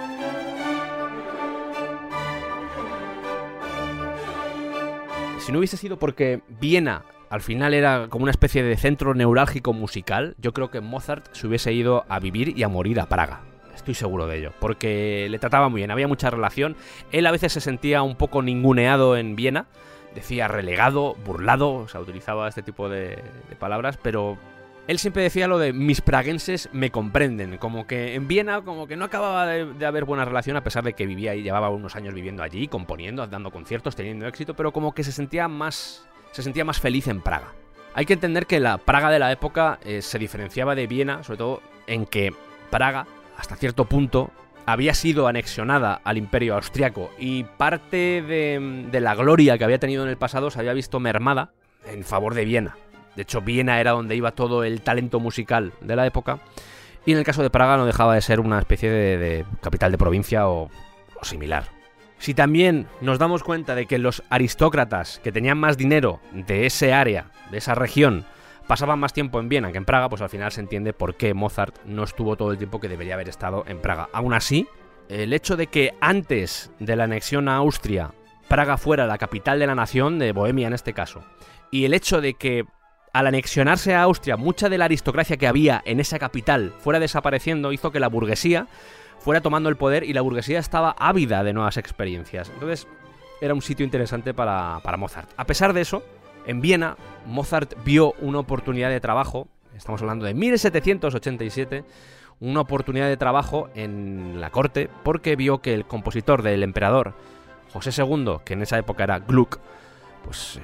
Si no hubiese sido porque Viena al final era como una especie de centro neurálgico musical, yo creo que Mozart se hubiese ido a vivir y a morir a Praga. Estoy seguro de ello, porque le trataba muy bien, había mucha relación. Él a veces se sentía un poco ninguneado en Viena, decía relegado, burlado, o sea, utilizaba este tipo de, de palabras, pero él siempre decía lo de mis praguenses me comprenden, como que en Viena como que no acababa de, de haber buena relación a pesar de que vivía y llevaba unos años viviendo allí, componiendo, dando conciertos, teniendo éxito, pero como que se sentía más, se sentía más feliz en Praga. Hay que entender que la Praga de la época eh, se diferenciaba de Viena, sobre todo en que Praga, hasta cierto punto, había sido anexionada al Imperio Austriaco y parte de, de la gloria que había tenido en el pasado se había visto mermada en favor de Viena. De hecho, Viena era donde iba todo el talento musical de la época. Y en el caso de Praga no dejaba de ser una especie de, de capital de provincia o, o similar. Si también nos damos cuenta de que los aristócratas que tenían más dinero de ese área, de esa región, pasaban más tiempo en Viena que en Praga, pues al final se entiende por qué Mozart no estuvo todo el tiempo que debería haber estado en Praga. Aún así, el hecho de que antes de la anexión a Austria, Praga fuera la capital de la nación, de Bohemia en este caso, y el hecho de que al anexionarse a Austria, mucha de la aristocracia que había en esa capital fuera desapareciendo, hizo que la burguesía fuera tomando el poder y la burguesía estaba ávida de nuevas experiencias. Entonces, era un sitio interesante para, para Mozart. A pesar de eso, en Viena, Mozart vio una oportunidad de trabajo, estamos hablando de mil setecientos ochenta y siete, una oportunidad de trabajo en la corte, porque vio que el compositor del emperador José segundo, que en esa época era Gluck, pues... Eh,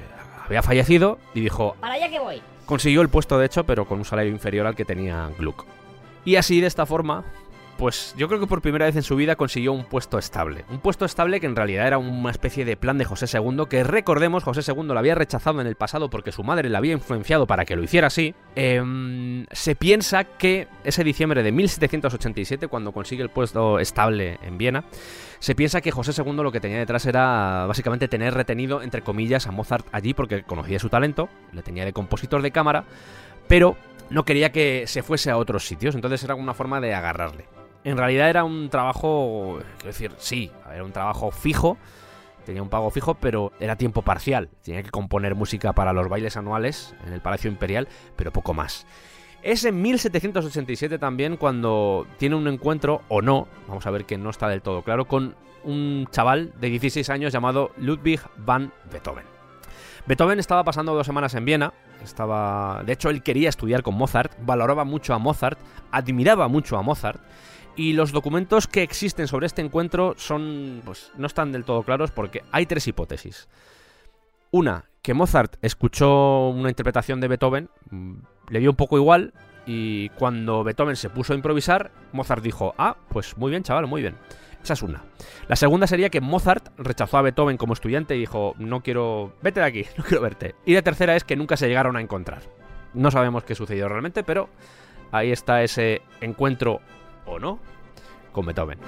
había fallecido y dijo, ¿Para allá que voy? consiguió el puesto de hecho, pero con un salario inferior al que tenía Gluck. Y así, de esta forma, pues yo creo que por primera vez en su vida consiguió un puesto estable. Un puesto estable que en realidad era una especie de plan de José segundo, que recordemos, José segundo lo había rechazado en el pasado porque su madre le había influenciado para que lo hiciera así. Eh, se piensa que ese diciembre de mil setecientos ochenta y siete, cuando consigue el puesto estable en Viena, se piensa que José segundo lo que tenía detrás era básicamente tener retenido, entre comillas, a Mozart allí porque conocía su talento, le tenía de compositor de cámara, pero no quería que se fuese a otros sitios, entonces era una forma de agarrarle. En realidad era un trabajo, quiero decir, sí, era un trabajo fijo, tenía un pago fijo, pero era tiempo parcial. Tenía que componer música para los bailes anuales en el Palacio Imperial, pero poco más. Es en mil setecientos ochenta y siete también cuando tiene un encuentro, o no, vamos a ver que no está del todo claro, con un chaval de dieciséis años llamado Ludwig van Beethoven. Beethoven estaba pasando dos semanas en Viena, estaba, de hecho él quería estudiar con Mozart, valoraba mucho a Mozart, admiraba mucho a Mozart, y los documentos que existen sobre este encuentro son, pues, no están del todo claros porque hay tres hipótesis. Una, que Mozart escuchó una interpretación de Beethoven, le dio un poco igual, y cuando Beethoven se puso a improvisar, Mozart dijo, ah, pues muy bien, chaval, muy bien. Esa es una. La segunda sería que Mozart rechazó a Beethoven como estudiante y dijo, no quiero, vete de aquí, no quiero verte. Y la tercera es que nunca se llegaron a encontrar. No sabemos qué sucedió realmente, pero ahí está ese encuentro, o no, con Beethoven.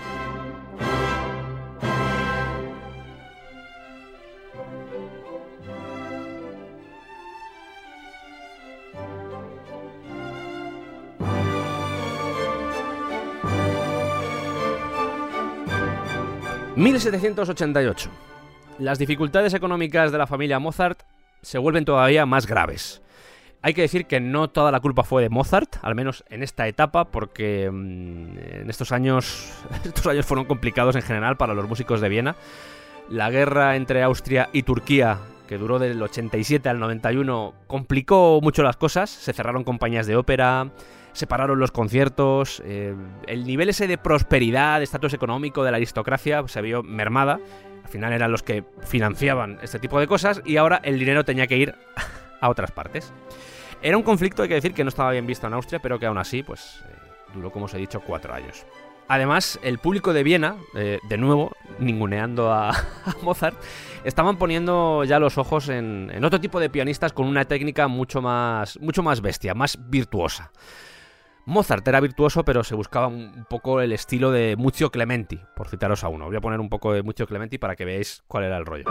mil setecientos ochenta y ocho. Las dificultades económicas de la familia Mozart se vuelven todavía más graves. Hay que decir que no toda la culpa fue de Mozart, al menos en esta etapa, porque mmm, en estos años, estos años fueron complicados en general para los músicos de Viena. La guerra entre Austria y Turquía, que duró del ochenta y siete al noventa y uno, complicó mucho las cosas. Se cerraron compañías de ópera, se pararon los conciertos, eh, el nivel ese de prosperidad, de estatus económico de la aristocracia se vio mermada. Al final eran los que financiaban este tipo de cosas y ahora el dinero tenía que ir a otras partes. Era un conflicto, hay que decir, que no estaba bien visto en Austria, pero que aún así, pues, eh, duró, como os he dicho, cuatro años. Además, el público de Viena, eh, de nuevo, ninguneando a, a Mozart, estaban poniendo ya los ojos en, en otro tipo de pianistas con una técnica mucho más, mucho más bestia, más virtuosa. Mozart era virtuoso, pero se buscaba un poco el estilo de Muzio Clementi, por citaros a uno. Voy a poner un poco de Muzio Clementi para que veáis cuál era el rollo.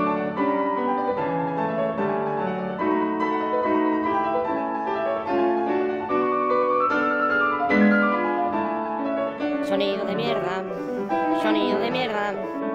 Sonido de mierda, sonido de mierda.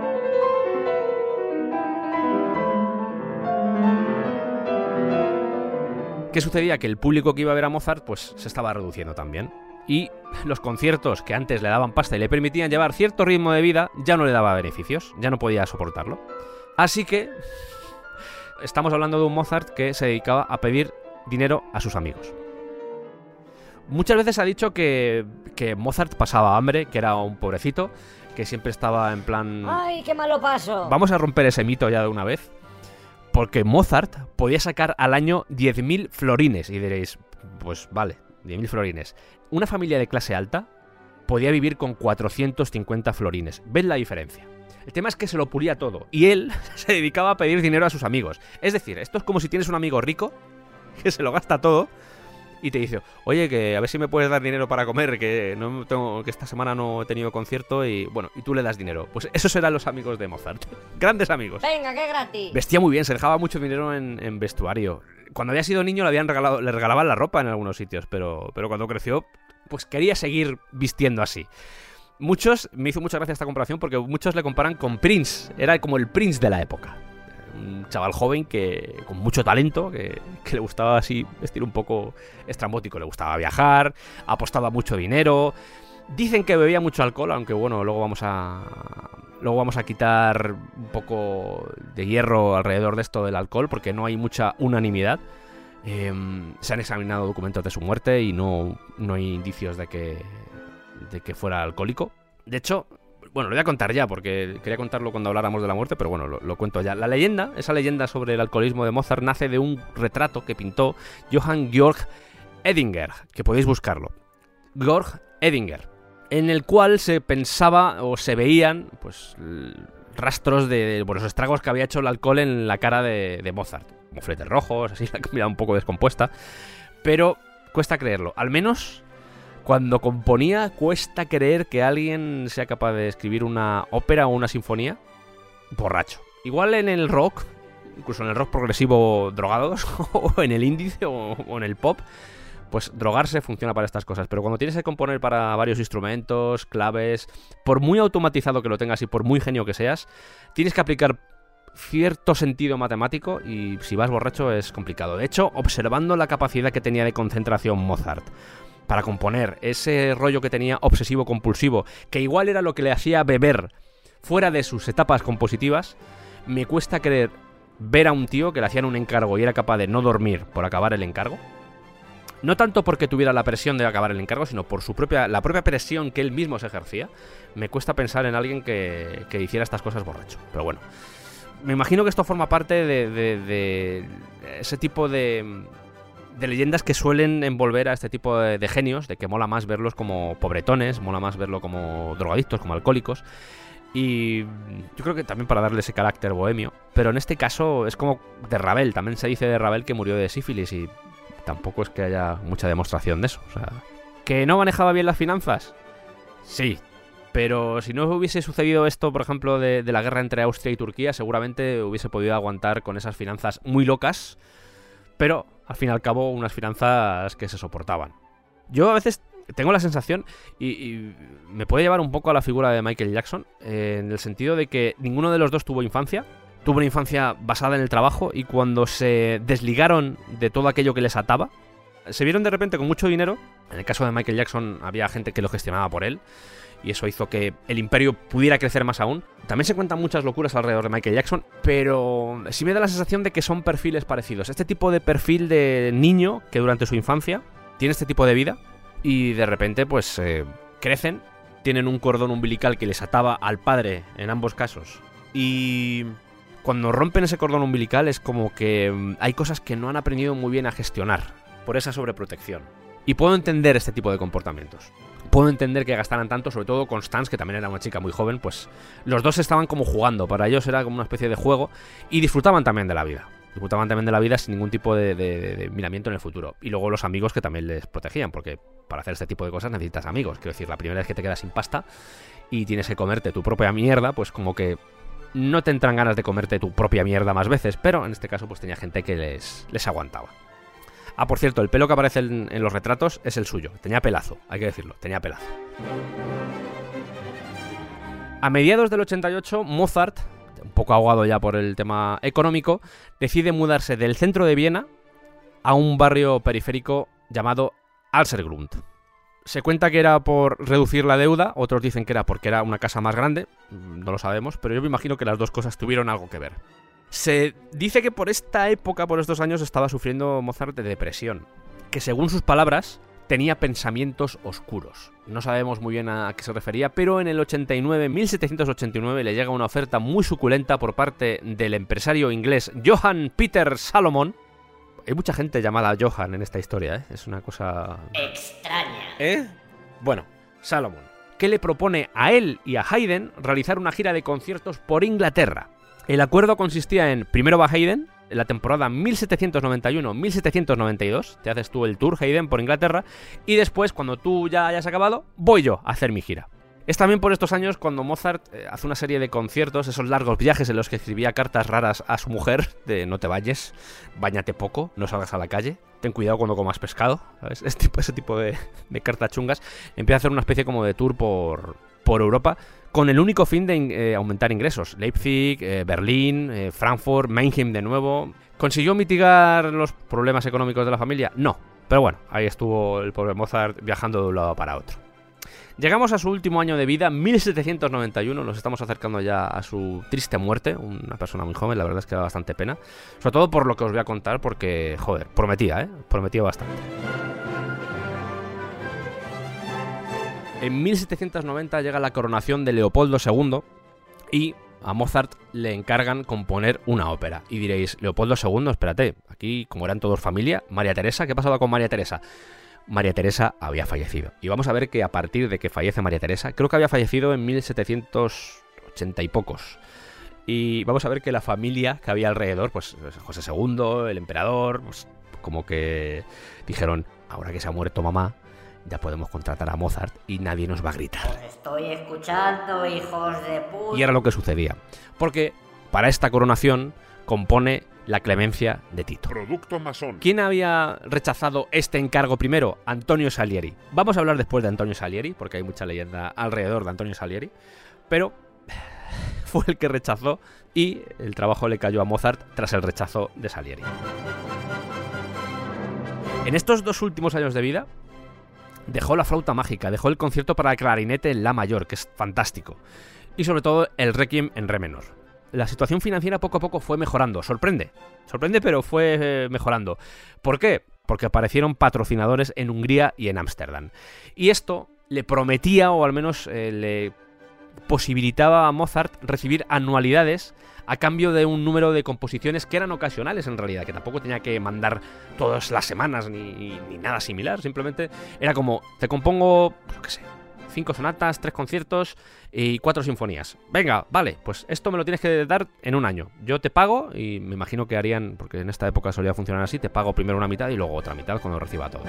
¿Qué sucedía? Que el público que iba a ver a Mozart pues se estaba reduciendo también. Y los conciertos que antes le daban pasta y le permitían llevar cierto ritmo de vida ya no le daba beneficios, ya no podía soportarlo. Así que estamos hablando de un Mozart que se dedicaba a pedir dinero a sus amigos. Muchas veces ha dicho que, que Mozart pasaba hambre, que era un pobrecito, que siempre estaba en plan... ¡Ay, qué malo paso! Vamos a romper ese mito ya de una vez. Porque Mozart podía sacar al año diez mil florines. Y diréis, pues vale, diez mil florines. Una familia de clase alta podía vivir con cuatrocientos cincuenta florines. ¿Ves la diferencia? El tema es que se lo pulía todo. Y él se dedicaba a pedir dinero a sus amigos. Es decir, esto es como si tienes un amigo rico que se lo gasta todo y te dice, oye, que a ver si me puedes dar dinero para comer, que no tengo, que esta semana no he tenido concierto y bueno, y tú le das dinero. Pues esos eran los amigos de Mozart. Grandes amigos. Venga, qué gratis. Vestía muy bien, se dejaba mucho dinero en, en vestuario. Cuando había sido niño le habían regalado, le regalaban la ropa en algunos sitios, pero, pero cuando creció, pues quería seguir vistiendo así. Muchos, me hizo mucha gracia esta comparación porque muchos le comparan con Prince. Era como el Prince de la época. Un chaval joven que con mucho talento, que, que le gustaba así vestir un poco estrambótico, le gustaba viajar, apostaba mucho dinero. Dicen que bebía mucho alcohol, aunque bueno, luego vamos a luego vamos a quitar un poco de hierro alrededor de esto del alcohol, porque no hay mucha unanimidad. Eh, se han examinado documentos de su muerte y no, no hay indicios de que, de que fuera alcohólico. De hecho, Bueno, lo voy a contar ya, porque quería contarlo cuando habláramos de la muerte, pero bueno, lo, lo cuento ya. La leyenda, esa leyenda sobre el alcoholismo de Mozart, nace de un retrato que pintó Johann Georg Edinger, que podéis buscarlo. Georg Edinger, en el cual se pensaba o se veían pues rastros de bueno, los estragos que había hecho el alcohol en la cara de, de Mozart. Mofletes rojos, así, la comida un poco descompuesta. Pero cuesta creerlo. Al menos cuando componía, cuesta creer que alguien sea capaz de escribir una ópera o una sinfonía borracho. Igual en el rock, incluso en el rock progresivo drogados, o en el índice o, o en el pop, pues drogarse funciona para estas cosas. Pero cuando tienes que componer para varios instrumentos, claves, por muy automatizado que lo tengas y por muy genio que seas, tienes que aplicar cierto sentido matemático y si vas borracho es complicado. De hecho, observando la capacidad que tenía de concentración Mozart para componer, ese rollo que tenía obsesivo-compulsivo, que igual era lo que le hacía beber fuera de sus etapas compositivas, me cuesta creer ver a un tío que le hacían un encargo y era capaz de no dormir por acabar el encargo. No tanto porque tuviera la presión de acabar el encargo, sino por su propia la propia presión que él mismo se ejercía. Me cuesta pensar en alguien que, que hiciera estas cosas borracho. Pero bueno, me imagino que esto forma parte de, de, de ese tipo de... de leyendas que suelen envolver a este tipo de, de genios, de que mola más verlos como pobretones, mola más verlo como drogadictos, como alcohólicos, y yo creo que también para darle ese carácter bohemio, pero en este caso es como de Ravel, también se dice de Ravel que murió de sífilis y tampoco es que haya mucha demostración de eso, o sea, ¿que no manejaba bien las finanzas? Sí, pero si no hubiese sucedido esto, por ejemplo, de, de la guerra entre Austria y Turquía, seguramente hubiese podido aguantar con esas finanzas muy locas, pero al fin y al cabo unas finanzas que se soportaban. Yo a veces tengo la sensación, y, y me puede llevar un poco a la figura de Michael Jackson, eh, en el sentido de que ninguno de los dos tuvo infancia, tuvo una infancia basada en el trabajo, y cuando se desligaron de todo aquello que les ataba, se vieron de repente con mucho dinero. En el caso de Michael Jackson había gente que lo gestionaba por él, y eso hizo que el imperio pudiera crecer más aún. También se cuentan muchas locuras alrededor de Michael Jackson, pero sí me da la sensación de que son perfiles parecidos. Este tipo de perfil de niño que durante su infancia tiene este tipo de vida y de repente pues eh, crecen, tienen un cordón umbilical que les ataba al padre en ambos casos. Y cuando rompen ese cordón umbilical es como que hay cosas que no han aprendido muy bien a gestionar por esa sobreprotección. Y puedo entender este tipo de comportamientos. Puedo entender que gastaran tanto, sobre todo Constance, que también era una chica muy joven, pues los dos estaban como jugando, para ellos era como una especie de juego y disfrutaban también de la vida. Disfrutaban también de la vida sin ningún tipo de, de, de miramiento en el futuro. Y luego los amigos que también les protegían, porque para hacer este tipo de cosas necesitas amigos. Quiero decir, la primera vez que te quedas sin pasta y tienes que comerte tu propia mierda, pues como que no te entran ganas de comerte tu propia mierda más veces, pero en este caso pues tenía gente que les, les aguantaba. Ah, por cierto, el pelo que aparece en, en los retratos es el suyo. Tenía pelazo, hay que decirlo, tenía pelazo. A mediados del ochenta y ocho, Mozart, un poco ahogado ya por el tema económico, decide mudarse del centro de Viena a un barrio periférico llamado Alsergrund. Se cuenta que era por reducir la deuda, otros dicen que era porque era una casa más grande, no lo sabemos, pero yo me imagino que las dos cosas tuvieron algo que ver. Se dice que por esta época, por estos años, estaba sufriendo Mozart de depresión, que según sus palabras tenía pensamientos oscuros. No sabemos muy bien a qué se refería, pero en el ochenta y nueve, mil setecientos ochenta y nueve le llega una oferta muy suculenta por parte del empresario inglés Johann Peter Salomon. Hay mucha gente llamada Johann en esta historia, ¿eh? Es una cosa extraña. ¿Eh? Bueno, Salomon, que le propone a él y a Haydn realizar una gira de conciertos por Inglaterra. El acuerdo consistía en, primero va Haydn, en la temporada mil setecientos noventa y uno mil setecientos noventa y dos, te haces tú el tour Haydn por Inglaterra, y después, cuando tú ya hayas acabado, voy yo a hacer mi gira. Es también por estos años cuando Mozart eh, hace una serie de conciertos, esos largos viajes en los que escribía cartas raras a su mujer, de no te vayas, báñate poco, no salgas a la calle, ten cuidado cuando comas pescado, ¿sabes? Ese tipo, ese tipo de, de cartas chungas. Empieza a hacer una especie como de tour por, por Europa, con el único fin de eh, aumentar ingresos. Leipzig, eh, Berlín, eh, Frankfurt, Mannheim de nuevo. ¿Consiguió mitigar los problemas económicos de la familia? No. Pero bueno, ahí estuvo el pobre Mozart viajando de un lado para otro. Llegamos a su último año de vida, mil setecientos noventa y uno, nos estamos acercando ya a su triste muerte, una persona muy joven, la verdad es que da bastante pena. Sobre todo por lo que os voy a contar, porque, joder, prometía, ¿eh? Prometía bastante. En mil setecientos noventa llega la coronación de Leopoldo segundo y a Mozart le encargan componer una ópera. Y diréis, Leopoldo segundo, espérate, aquí como eran todos familia, María Teresa, ¿qué pasaba con María Teresa? María Teresa había fallecido. Y vamos a ver que a partir de que fallece María Teresa, creo que había fallecido en mil setecientos ochenta y pocos. Y vamos a ver que la familia que había alrededor, pues José segundo, el emperador, pues como que dijeron, ahora que se ha muerto mamá, ya podemos contratar a Mozart y nadie nos va a gritar. Os estoy escuchando, hijos de puta. Y era lo que sucedía. Porque para esta coronación compone la Clemencia de Tito. Producto masón. ¿Quién había rechazado este encargo primero? Antonio Salieri. Vamos a hablar después de Antonio Salieri, porque hay mucha leyenda alrededor de Antonio Salieri. Pero fue el que rechazó y el trabajo le cayó a Mozart tras el rechazo de Salieri. En estos dos últimos años de vida dejó la flauta mágica, dejó el concierto para clarinete en la mayor, que es fantástico, y sobre todo el Requiem en re menor. La situación financiera poco a poco fue mejorando, sorprende, sorprende pero fue eh, mejorando. ¿Por qué? Porque aparecieron patrocinadores en Hungría y en Ámsterdam. Y esto le prometía, o al menos eh, le posibilitaba a Mozart recibir anualidades a cambio de un número de composiciones que eran ocasionales en realidad, que tampoco tenía que mandar todas las semanas ni, ni nada similar, simplemente era como, te compongo, yo qué sé, cinco sonatas, tres conciertos y cuatro sinfonías. Venga, vale, pues esto me lo tienes que dar en un año. Yo te pago, y me imagino que harían, porque en esta época solía funcionar así, te pago primero una mitad y luego otra mitad cuando reciba todo.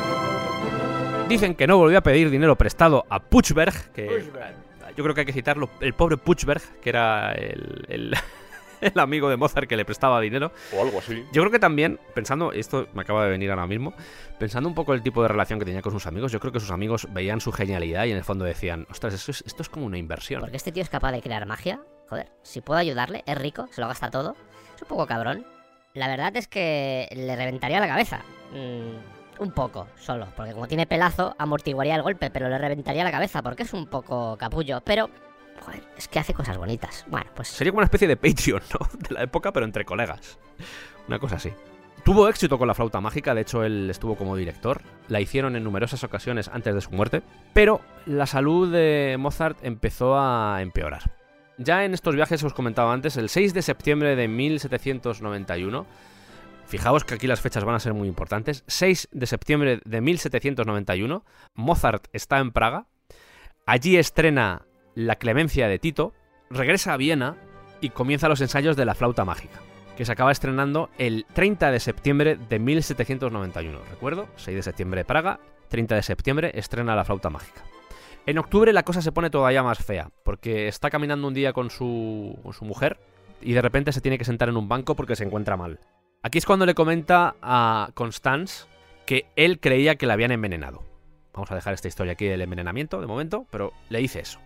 Dicen que no volvió a pedir dinero prestado a Puchberg, que Puchberg. Yo creo que hay que citarlo, el pobre Puchberg, que era el, el, el amigo de Mozart que le prestaba dinero. O algo así. Yo creo que también, pensando, esto me acaba de venir ahora mismo, pensando un poco el tipo de relación que tenía con sus amigos, yo creo que sus amigos veían su genialidad y en el fondo decían, ostras, esto es, esto es como una inversión. Porque este tío es capaz de crear magia. Joder, si puedo ayudarle, es rico, se lo gasta todo. Es un poco cabrón. La verdad es que le reventaría la cabeza. Mm. Un poco, solo, porque como tiene pelazo, amortiguaría el golpe, pero le reventaría la cabeza, porque es un poco capullo, pero, joder, es que hace cosas bonitas. Bueno, pues... Sería como una especie de Patreon, ¿no? De la época, pero entre colegas. Una cosa así. Tuvo éxito con la flauta mágica, de hecho él estuvo como director, la hicieron en numerosas ocasiones antes de su muerte, pero la salud de Mozart empezó a empeorar. Ya en estos viajes, os comentaba antes, el seis de septiembre de mil setecientos noventa y uno... Fijaos que aquí las fechas van a ser muy importantes. seis de septiembre de mil setecientos noventa y uno, Mozart está en Praga. Allí estrena La Clemencia de Tito, regresa a Viena y comienza los ensayos de la flauta mágica, que se acaba estrenando el treinta de septiembre de mil setecientos noventa y uno. Recuerdo, seis de septiembre Praga, treinta de septiembre estrena la flauta mágica. En octubre la cosa se pone todavía más fea, porque está caminando un día con su, con su mujer y de repente se tiene que sentar en un banco porque se encuentra mal. Aquí es cuando le comenta a Constance que él creía que la habían envenenado. Vamos a dejar esta historia aquí del envenenamiento de momento, pero le dice eso.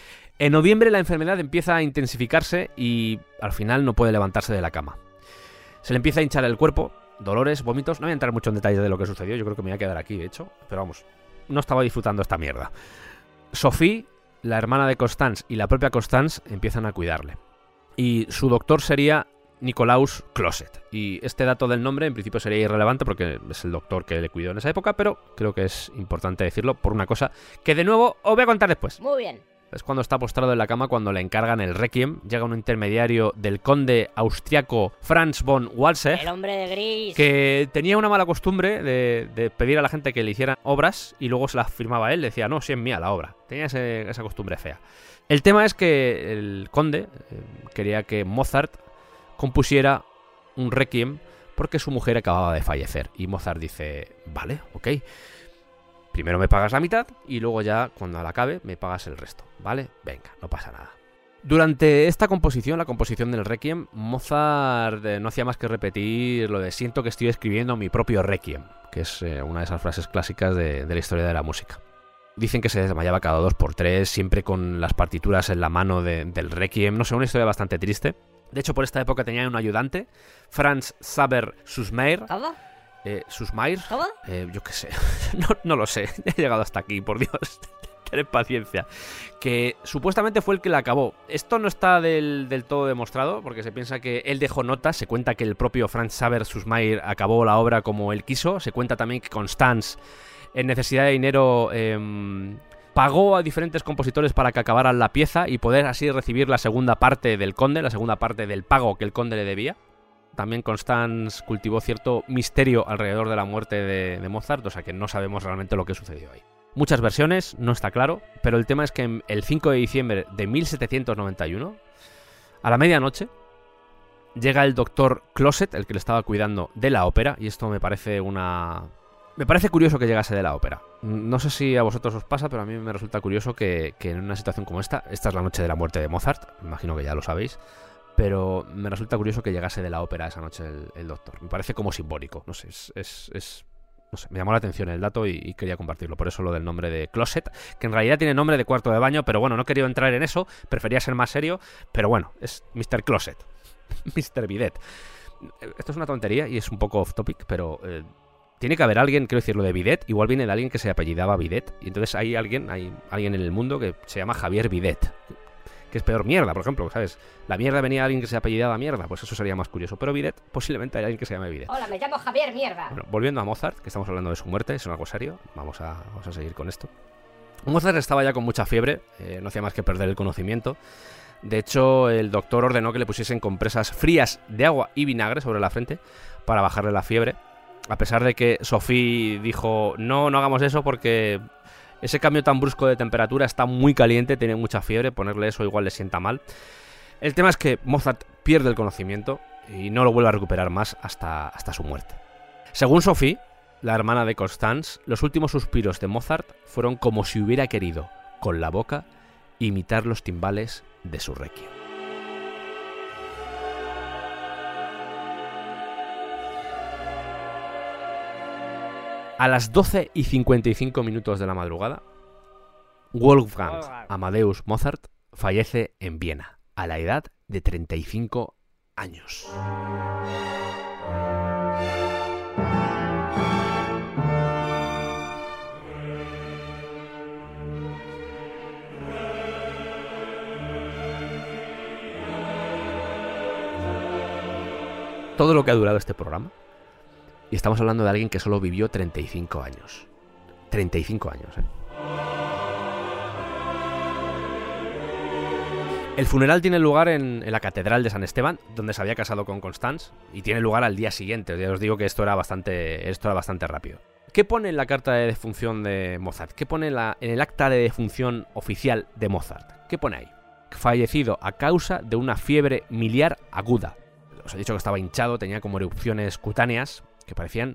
En noviembre la enfermedad empieza a intensificarse y al final no puede levantarse de la cama. Se le empieza a hinchar el cuerpo, dolores, vómitos. No voy a entrar mucho en detalles de lo que sucedió, yo creo que me voy a quedar aquí, de hecho. Pero vamos, no estaba disfrutando esta mierda. Sophie, la hermana de Constance, y la propia Constance empiezan a cuidarle. Y su doctor sería Nicolaus Closet. Y este dato del nombre en principio sería irrelevante porque es el doctor que le cuidó en esa época, pero creo que es importante decirlo por una cosa que de nuevo os voy a contar después. Muy bien. Es cuando está postrado en la cama cuando le encargan el Requiem. Llega un intermediario del conde austriaco Franz von Walsegg, El hombre de gris. que tenía una mala costumbre de, de pedir a la gente que le hicieran obras y luego se las firmaba él. Decía, no, si es mía la obra. Tenía ese, esa costumbre fea. El tema es que el conde eh, quería que Mozart compusiera un Requiem porque su mujer acababa de fallecer. Y Mozart dice, vale, ok. Primero me pagas la mitad y luego ya, cuando la acabe, me pagas el resto, ¿vale? Venga, no pasa nada. Durante esta composición, la composición del Requiem, Mozart eh, no hacía más que repetir lo de siento que estoy escribiendo mi propio Requiem, que es eh, una de esas frases clásicas de, de la historia de la música. Dicen que se desmayaba cada dos por tres, siempre con las partituras en la mano de, del Requiem. No sé, una historia bastante triste. De hecho, por esta época tenía un ayudante, Franz Xaver Süssmayr. ¿Cómo? Eh, Süssmayr. ¿Cómo? Eh, yo qué sé. no, no lo sé. He llegado hasta aquí, por Dios. Tened paciencia. Que supuestamente fue el que la acabó. Esto no está del, del todo demostrado, porque se piensa que él dejó notas. Se cuenta que el propio Franz Xaver Süssmayr acabó la obra como él quiso. Se cuenta también que Constance, en necesidad de dinero, eh, pagó a diferentes compositores para que acabaran la pieza y poder así recibir la segunda parte del conde, la segunda parte del pago que el conde le debía. También Constance cultivó cierto misterio alrededor de la muerte de, de Mozart, o sea que no sabemos realmente lo que sucedió ahí. Muchas versiones, no está claro, pero el tema es que el cinco de diciembre de mil setecientos noventa y uno, a la medianoche, llega el doctor Closet, el que le estaba cuidando de la ópera, y esto me parece una... Me parece curioso que llegase de la ópera. No sé si a vosotros os pasa, pero a mí me resulta curioso que, que en una situación como esta, esta es la noche de la muerte de Mozart, me imagino que ya lo sabéis, pero me resulta curioso que llegase de la ópera esa noche el, el doctor. Me parece como simbólico, no sé, es... es, es no sé, me llamó la atención el dato y, y quería compartirlo, por eso lo del nombre de Closet, que en realidad tiene nombre de cuarto de baño, pero bueno, no he querido entrar en eso, prefería ser más serio, pero bueno, es mister Closet, mister Bidet. Esto es una tontería y es un poco off topic, pero... Eh, tiene que haber alguien, quiero decir, lo de Bidet, igual viene de alguien que se apellidaba Bidet, y entonces hay alguien, hay alguien en el mundo que se llama Javier Bidet, que es peor mierda, por ejemplo, ¿sabes? La mierda venía de alguien que se apellidaba mierda, pues eso sería más curioso, pero Bidet, posiblemente hay alguien que se llame Bidet. Hola, me llamo Javier Mierda. Bueno, volviendo a Mozart, que estamos hablando de su muerte, es algo serio, vamos a, vamos a seguir con esto. Mozart estaba ya con mucha fiebre, eh, no hacía más que perder el conocimiento. De hecho, el doctor ordenó que le pusiesen compresas frías de agua y vinagre sobre la frente para bajarle la fiebre. A pesar de que Sophie dijo, no, no hagamos eso porque ese cambio tan brusco de temperatura está muy caliente, tiene mucha fiebre, ponerle eso igual le sienta mal. El tema es que Mozart pierde el conocimiento y no lo vuelve a recuperar más hasta, hasta su muerte. Según Sophie, la hermana de Constance, los últimos suspiros de Mozart fueron como si hubiera querido, con la boca, imitar los timbales de su requiem. A las doce y cincuenta y cinco minutos de la madrugada, Wolfgang Amadeus Mozart fallece en Viena, a la edad de treinta y cinco años. Todo lo que ha durado este programa, y estamos hablando de alguien que solo vivió treinta y cinco años. treinta y cinco años, ¿eh? El funeral tiene lugar en, en la Catedral de San Esteban, donde se había casado con Constance, y tiene lugar al día siguiente. Ya os digo que esto era bastante, esto era bastante rápido. ¿Qué pone en la carta de defunción de Mozart? ¿Qué pone en, la, en el acta de defunción oficial de Mozart? ¿Qué pone ahí? Fallecido a causa de una fiebre miliar aguda. Os he dicho que estaba hinchado, tenía como erupciones cutáneas que parecían,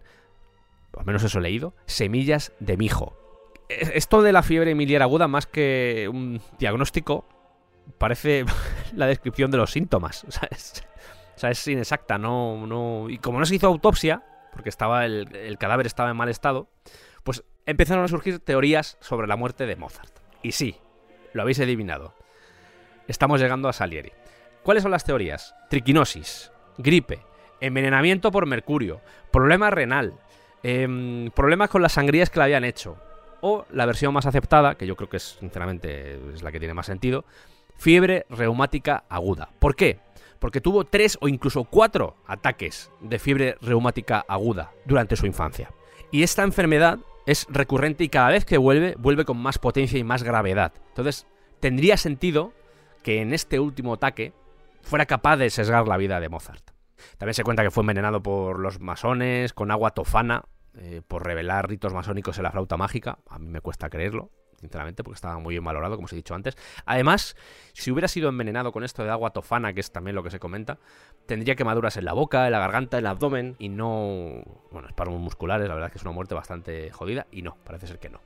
al menos eso he leído, semillas de mijo. Esto de la fiebre miliar aguda, más que un diagnóstico, parece la descripción de los síntomas. O sea, es, o sea, es inexacta, no, no... Y como no se hizo autopsia, porque estaba el, el cadáver estaba en mal estado, pues empezaron a surgir teorías sobre la muerte de Mozart. Y sí, lo habéis adivinado. Estamos llegando a Salieri. ¿Cuáles son las teorías? Triquinosis, gripe, envenenamiento por mercurio, problema renal, eh, problemas con las sangrías que le habían hecho, o la versión más aceptada, que yo creo que es, sinceramente es la que tiene más sentido, fiebre reumática aguda. ¿Por qué? Porque tuvo tres o incluso cuatro ataques de fiebre reumática aguda durante su infancia. Y esta enfermedad es recurrente y cada vez que vuelve, vuelve con más potencia y más gravedad. Entonces, tendría sentido que en este último ataque fuera capaz de sesgar la vida de Mozart. También se cuenta que fue envenenado por los masones con agua tofana, eh, por revelar ritos masónicos en la flauta mágica. A mí me cuesta creerlo, sinceramente, porque estaba muy bien valorado, como os he dicho antes. Además, si hubiera sido envenenado con esto de agua tofana, que es también lo que se comenta, tendría quemaduras en la boca, en la garganta, en el abdomen, y no... Bueno, espasmos musculares, la verdad es que es una muerte bastante jodida, y no, parece ser que no.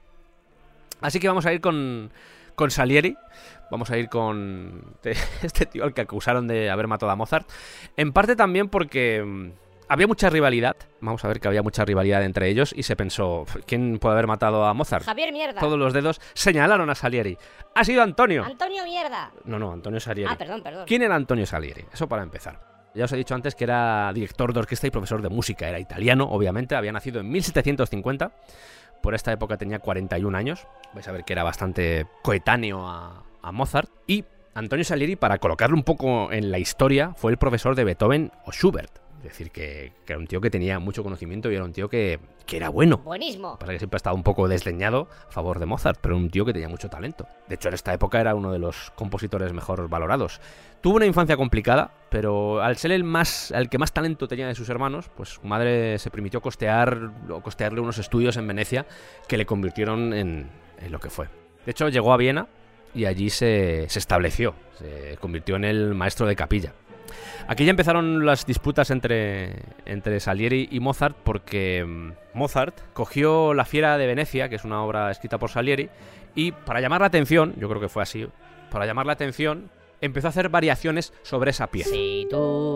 Así que vamos a ir con... con Salieri, vamos a ir con este tío al que acusaron de haber matado a Mozart, en parte también porque había mucha rivalidad, vamos a ver que había mucha rivalidad entre ellos y se pensó, ¿quién puede haber matado a Mozart? Javier Mierda. Todos los dedos señalaron a Salieri. ¡Ha sido Antonio! Antonio Mierda. No, no, Antonio Salieri. Ah, perdón, perdón. ¿Quién era Antonio Salieri? Eso para empezar. Ya os he dicho antes que era director de orquesta y profesor de música, era italiano, obviamente, había nacido en mil setecientos cincuenta. Por esta época tenía cuarenta y un años. Vais a ver que era bastante coetáneo a, a Mozart. Y Antonio Salieri, para colocarlo un poco en la historia, fue el profesor de Beethoven o Schubert. Es decir, que, que era un tío que tenía mucho conocimiento y era un tío que, que era bueno. Buenísimo. Pasa que siempre ha estado un poco desdeñado a favor de Mozart, pero un tío que tenía mucho talento. De hecho, en esta época era uno de los compositores mejor valorados. Tuvo una infancia complicada, pero al ser el más, el que más talento tenía de sus hermanos, pues su madre se permitió costear o costearle unos estudios en Venecia que le convirtieron en, en lo que fue. De hecho, llegó a Viena y allí se, se estableció, se convirtió en el maestro de capilla. Aquí ya empezaron las disputas entre, entre Salieri y Mozart porque Mozart cogió La Fiera de Venecia, que es una obra escrita por Salieri, y para llamar la atención, yo creo que fue así, para llamar la atención, empezó a hacer variaciones sobre esa pieza. Si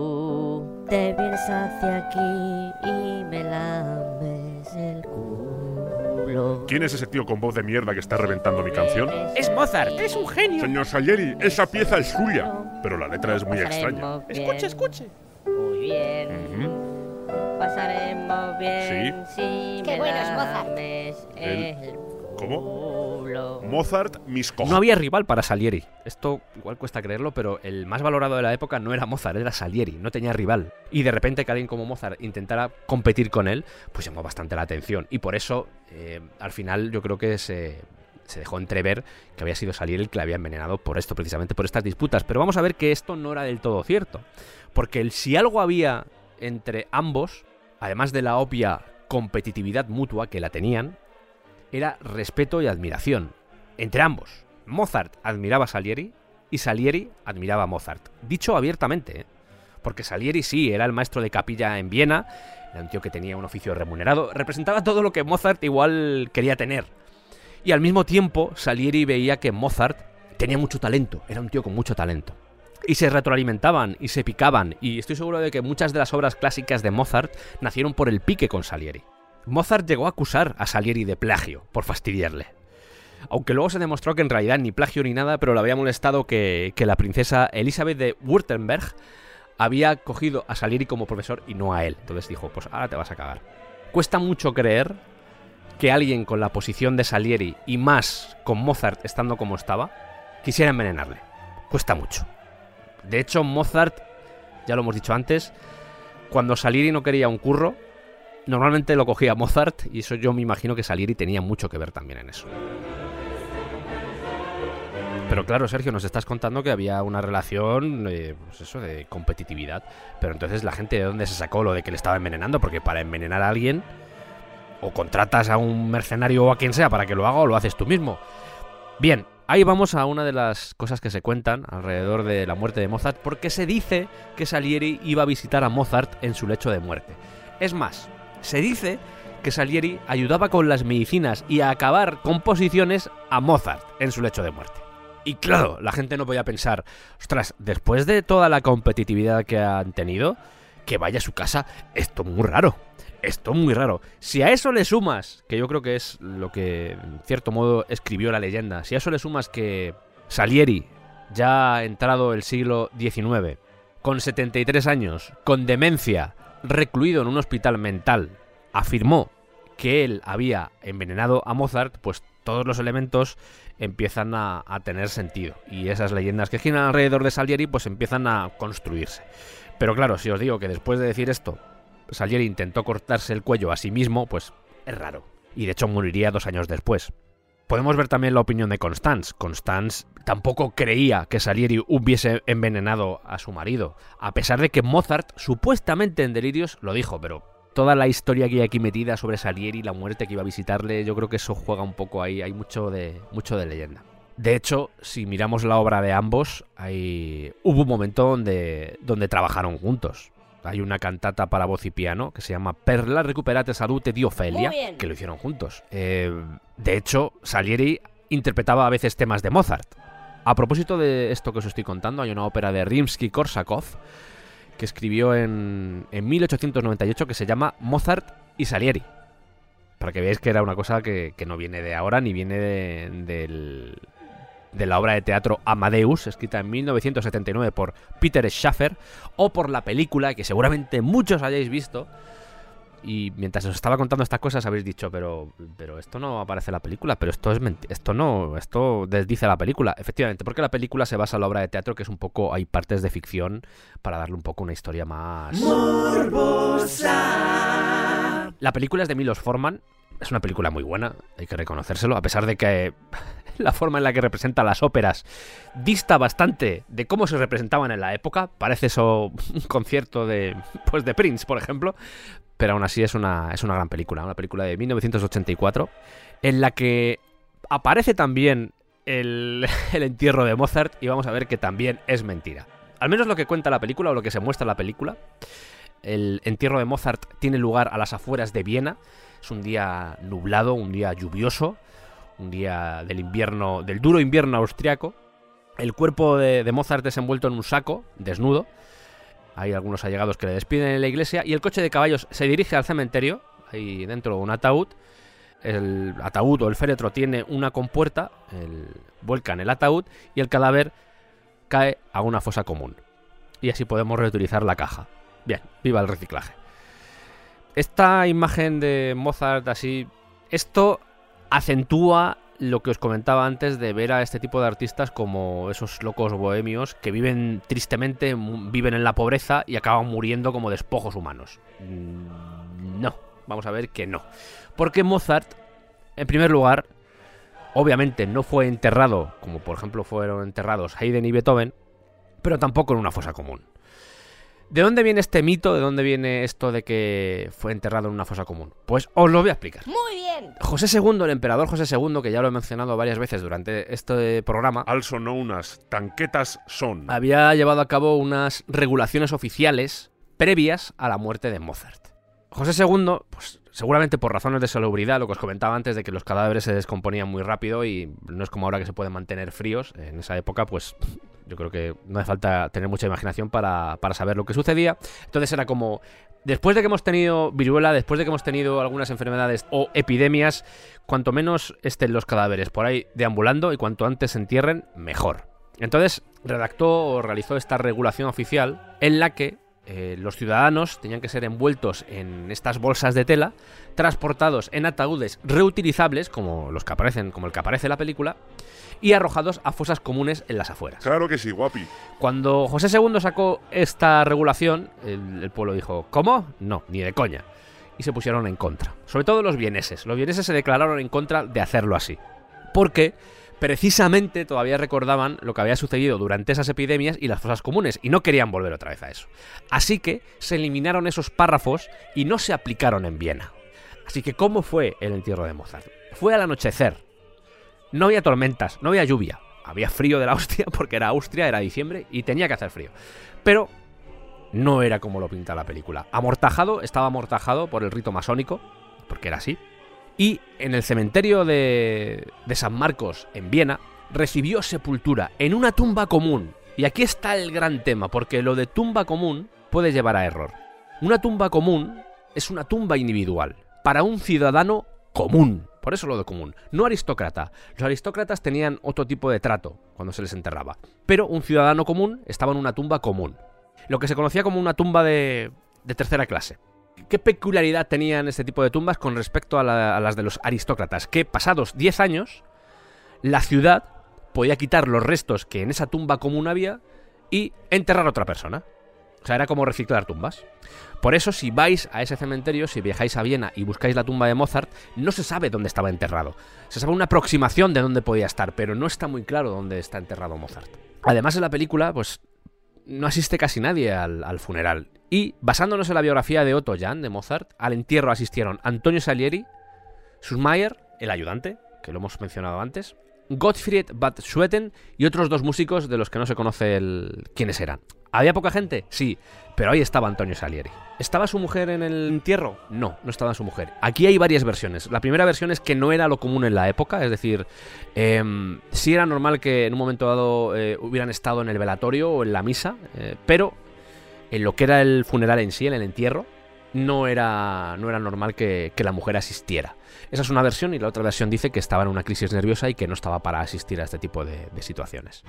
tú te vienes hacia aquí y me lames el culo. ¿Quién es ese tío con voz de mierda que está reventando mi canción? ¡Es Mozart! ¡Es un genio! Señor Salieri, esa pieza es suya. Pero la letra es muy extraña. Escuche, escuche. Muy bien. Ujú. Pasaremos bien. Sí. Si Qué me bueno es Mozart. lames El- el ¿Cómo? culo. Mozart, mis cojones. No había rival para Salieri. Esto igual cuesta creerlo, pero el más valorado de la época no era Mozart, era Salieri. No tenía rival. Y de repente que alguien como Mozart intentara competir con él, pues llamó bastante la atención. Y por eso, eh, al final, yo creo que se, se dejó entrever que había sido Salieri el que le había envenenado por esto, precisamente por estas disputas. Pero vamos a ver que esto no era del todo cierto. Porque el, si algo había entre ambos, además de la obvia competitividad mutua que la tenían, era respeto y admiración. Entre ambos. Mozart admiraba a Salieri y Salieri admiraba a Mozart. Dicho abiertamente, ¿eh? Porque Salieri sí, era el maestro de capilla en Viena, era un tío que tenía un oficio remunerado, representaba todo lo que Mozart igual quería tener. Y al mismo tiempo, Salieri veía que Mozart tenía mucho talento, era un tío con mucho talento. Y se retroalimentaban y se picaban, y estoy seguro de que muchas de las obras clásicas de Mozart nacieron por el pique con Salieri. Mozart llegó a acusar a Salieri de plagio, por fastidiarle. Aunque luego se demostró que en realidad ni plagio ni nada, pero le había molestado que, que la princesa Elizabeth de Württemberg había cogido a Salieri como profesor y no a él. Entonces dijo, pues ahora te vas a cagar. Cuesta mucho creer que alguien con la posición de Salieri y más con Mozart estando como estaba, quisiera envenenarle. Cuesta mucho. De hecho, Mozart, ya lo hemos dicho antes, cuando Salieri no quería un curro, normalmente lo cogía Mozart, y eso yo me imagino que Salieri tenía mucho que ver también en eso. Pero claro, Sergio, nos estás contando que había una relación, eh, pues eso, de competitividad. Pero entonces la gente, ¿de dónde se sacó lo de que le estaba envenenando? Porque para envenenar a alguien, o contratas a un mercenario o a quien sea para que lo haga, o lo haces tú mismo. Bien, ahí vamos a una de las cosas que se cuentan alrededor de la muerte de Mozart, porque se dice que Salieri iba a visitar a Mozart en su lecho de muerte. Es más, se dice que Salieri ayudaba con las medicinas y a acabar composiciones a Mozart en su lecho de muerte. Y claro, la gente no podía pensar, ostras, después de toda la competitividad que han tenido, que vaya a su casa, esto es muy raro, esto es muy raro. Si a eso le sumas, que yo creo que es lo que en cierto modo escribió la leyenda, si a eso le sumas que Salieri, ya entrado el siglo diecinueve, con setenta y tres años, con demencia, recluido en un hospital mental, afirmó que él había envenenado a Mozart, pues todos los elementos empiezan a, a tener sentido. Y esas leyendas que giran alrededor de Salieri pues empiezan a construirse. Pero claro, si os digo que después de decir esto, Salieri intentó cortarse el cuello a sí mismo, pues es raro. Y de hecho moriría dos años después. Podemos ver también la opinión de Constance. Constance tampoco creía que Salieri hubiese envenenado a su marido, a pesar de que Mozart, supuestamente en delirios, lo dijo, pero toda la historia que hay aquí metida sobre Salieri, la muerte que iba a visitarle, yo creo que eso juega un poco ahí, hay mucho de, mucho de leyenda. De hecho, si miramos la obra de ambos, hay... hubo un momento donde, donde trabajaron juntos. Hay una cantata para voz y piano que se llama Per la recuperate salute di Ofelia, que lo hicieron juntos. Eh, de hecho, Salieri interpretaba a veces temas de Mozart. A propósito de esto que os estoy contando, hay una ópera de Rimsky-Korsakov que escribió en, en mil ochocientos noventa y ocho que se llama Mozart y Salieri. Para que veáis que era una cosa que, que no viene de ahora, ni viene de, del, de la obra de teatro Amadeus, escrita en mil novecientos setenta y nueve por Peter Schaffer, o por la película que seguramente muchos hayáis visto, y mientras os estaba contando estas cosas habéis dicho, pero pero esto no aparece en la película, pero esto es menti- esto no, esto desdice la película. Efectivamente, porque la película se basa en la obra de teatro, que es un poco, hay partes de ficción para darle un poco una historia más morbosa. La película es de Milos Forman, es una película muy buena, hay que reconocérselo, a pesar de que la forma en la que representa las óperas dista bastante de cómo se representaban en la época. Parece eso un concierto de, pues de Prince, por ejemplo. Pero aún así es una, es una gran película. Una película de mil novecientos ochenta y cuatro en la que aparece también el, el entierro de Mozart, y vamos a ver que también es mentira. Al menos lo que cuenta la película o lo que se muestra en la película. El entierro de Mozart tiene lugar a las afueras de Viena. Es un día nublado, un día lluvioso, un día del invierno, del duro invierno austriaco. El cuerpo de, de Mozart es envuelto en un saco, desnudo. Hay algunos allegados que le despiden en la iglesia, y el coche de caballos se dirige al cementerio, ahí dentro de un ataúd. El ataúd o el féretro tiene una compuerta, el, vuelcan el ataúd y el cadáver cae a una fosa común. Y así podemos reutilizar la caja. Bien, viva el reciclaje. Esta imagen de Mozart así, esto acentúa lo que os comentaba antes de ver a este tipo de artistas como esos locos bohemios que viven tristemente, viven en la pobreza y acaban muriendo como despojos humanos. No, vamos a ver que no. Porque Mozart, en primer lugar, obviamente no fue enterrado, como por ejemplo fueron enterrados Haydn y Beethoven, pero tampoco en una fosa común. ¿De dónde viene este mito? ¿De dónde viene esto de que fue enterrado en una fosa común? Pues os lo voy a explicar. Muy bien. José segundo, el emperador José segundo, que ya lo he mencionado varias veces durante este programa, Also known as tanquetas son. había llevado a cabo unas regulaciones oficiales previas a la muerte de Mozart. José segundo, pues seguramente por razones de salubridad, lo que os comentaba antes de que los cadáveres se descomponían muy rápido y no es como ahora que se pueden mantener fríos, en esa época pues yo creo que no hace falta tener mucha imaginación para, para saber lo que sucedía. Entonces era como, después de que hemos tenido viruela, después de que hemos tenido algunas enfermedades o epidemias, cuanto menos estén los cadáveres por ahí deambulando y cuanto antes se entierren, mejor. Entonces redactó o realizó esta regulación oficial en la que eh, los ciudadanos tenían que ser envueltos en estas bolsas de tela, transportados en ataúdes reutilizables, como los que aparecen, como el que aparece en la película, y arrojados a fosas comunes en las afueras. Claro que sí, guapi. Cuando José segundo sacó esta regulación, el, el pueblo dijo, ¿cómo? No, ni de coña. Y se pusieron en contra. Sobre todo los vieneses. Los vieneses se declararon en contra de hacerlo así. Porque precisamente todavía recordaban lo que había sucedido durante esas epidemias y las fosas comunes, y no querían volver otra vez a eso. Así que se eliminaron esos párrafos y no se aplicaron en Viena. Así que, ¿cómo fue el entierro de Mozart? Fue al anochecer. No había tormentas, no había lluvia. Había frío de la hostia porque era Austria, era diciembre y tenía que hacer frío. Pero no era como lo pinta la película. Amortajado, estaba amortajado por el rito masónico, porque era así. Y en el cementerio de, de San Marcos, en Viena, recibió sepultura en una tumba común. Y aquí está el gran tema, porque lo de tumba común puede llevar a error. Una tumba común es una tumba individual, para un ciudadano común. Por eso lo de común, no aristócrata. Los aristócratas tenían otro tipo de trato cuando se les enterraba. Pero un ciudadano común estaba en una tumba común. Lo que se conocía como una tumba de, de tercera clase. ¿Qué peculiaridad tenían este tipo de tumbas con respecto a, la, a las de los aristócratas? Que pasados diez años, la ciudad podía quitar los restos que en esa tumba común había y enterrar a otra persona. O sea, era como reciclar tumbas. Por eso, si vais a ese cementerio, si viajáis a Viena y buscáis la tumba de Mozart, no se sabe dónde estaba enterrado. Se sabe una aproximación de dónde podía estar, pero no está muy claro dónde está enterrado Mozart. Además, en la película, pues, no asiste casi nadie al, al funeral. Y, basándonos en la biografía de Otto Jahn, de Mozart, al entierro asistieron Antonio Salieri, Schumacher, el ayudante, que lo hemos mencionado antes, Gottfried Van Swieten y otros dos músicos de los que no se conoce el... quiénes eran. ¿Había poca gente? Sí, pero ahí estaba Antonio Salieri. ¿Estaba su mujer en el entierro? No, no estaba su mujer. Aquí hay varias versiones. La primera versión es que no era lo común en la época, es decir, eh, sí era normal que en un momento dado eh, hubieran estado en el velatorio o en la misa, eh, pero en lo que era el funeral en sí, en el entierro, no era, no era normal que, que la mujer asistiera. Esa es una versión, y la otra versión dice que estaba en una crisis nerviosa y que no estaba para asistir a este tipo de, de situaciones.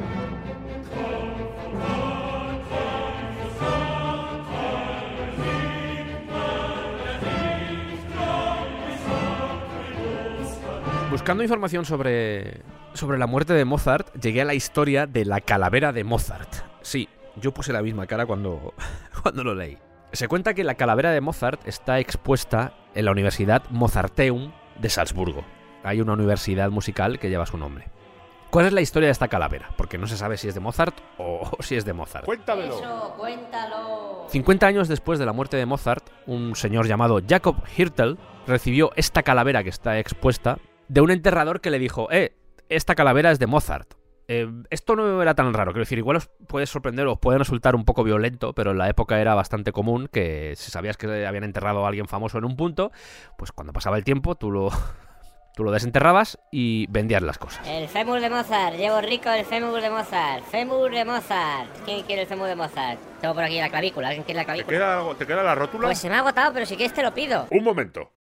Buscando información sobre, sobre la muerte de Mozart, llegué a la historia de la calavera de Mozart. Sí, yo puse la misma cara cuando, cuando lo leí. Se cuenta que la calavera de Mozart está expuesta en la Universidad Mozarteum de Salzburgo. Hay una universidad musical que lleva su nombre. ¿Cuál es la historia de esta calavera? Porque no se sabe si es de Mozart o si es de Mozart. Cuéntamelo. Eso, cuéntalo. cincuenta años después de la muerte de Mozart, un señor llamado Jakob Hirtel recibió esta calavera que está expuesta de un enterrador que le dijo, eh, esta calavera es de Mozart. Eh, esto no era tan raro, quiero decir, igual os puede sorprender o os puede resultar un poco violento, pero en la época era bastante común que si sabías que habían enterrado a alguien famoso en un punto, pues cuando pasaba el tiempo tú lo, tú lo desenterrabas y vendías las cosas. El fémur de Mozart, llevo rico el fémur de Mozart. Fémur de Mozart. ¿Quién quiere el fémur de Mozart? Tengo por aquí la clavícula, ¿alguien quiere la ¿Te clavícula? queda, algo- ¿Te queda la rótula? Pues se me ha agotado, pero si quieres te lo pido. Un momento.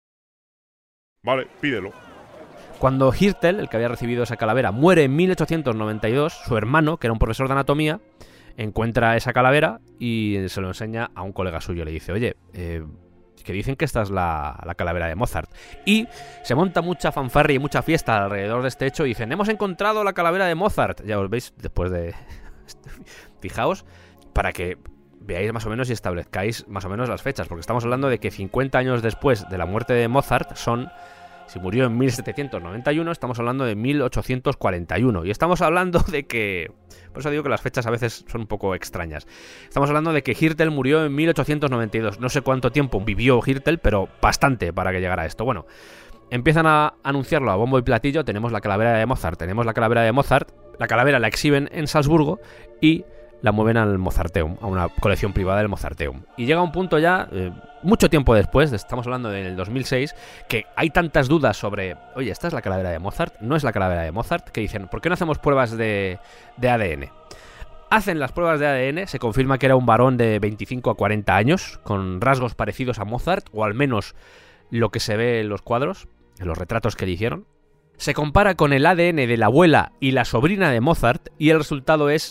Vale, pídelo. Cuando Hirtel, el que había recibido esa calavera, muere en mil ochocientos noventa y dos, su hermano, que era un profesor de anatomía, encuentra esa calavera y se lo enseña a un colega suyo. Le dice, oye, eh, que dicen que esta es la, la calavera de Mozart. Y se monta mucha fanfarria y mucha fiesta alrededor de este hecho y dicen, hemos encontrado la calavera de Mozart. Ya os veis, después de... Fijaos, para que veáis más o menos y establezcáis más o menos las fechas, porque estamos hablando de que cincuenta años después de la muerte de Mozart son... Si murió en mil setecientos noventa y uno, estamos hablando de mil ochocientos cuarenta y uno. Y estamos hablando de que... Por eso digo que las fechas a veces son un poco extrañas. Estamos hablando de que Hirtel murió en mil ochocientos noventa y dos. No sé cuánto tiempo vivió Hirtel, pero bastante para que llegara a esto. Bueno, empiezan a anunciarlo a bombo y platillo. Tenemos la calavera de Mozart, tenemos la calavera de Mozart. La calavera la exhiben en Salzburgo y la mueven al Mozarteum, a una colección privada del Mozarteum. Y llega un punto ya, eh, mucho tiempo después, estamos hablando del dos mil seis, que hay tantas dudas sobre, oye, ¿esta es la calavera de Mozart? ¿No es la calavera de Mozart? Que dicen, ¿por qué no hacemos pruebas de, de A D N? Hacen las pruebas de A D N, se confirma que era un varón de veinticinco a cuarenta años, con rasgos parecidos a Mozart, o al menos lo que se ve en los cuadros, en los retratos que le hicieron. Se compara con el A D N de la abuela y la sobrina de Mozart, y el resultado es...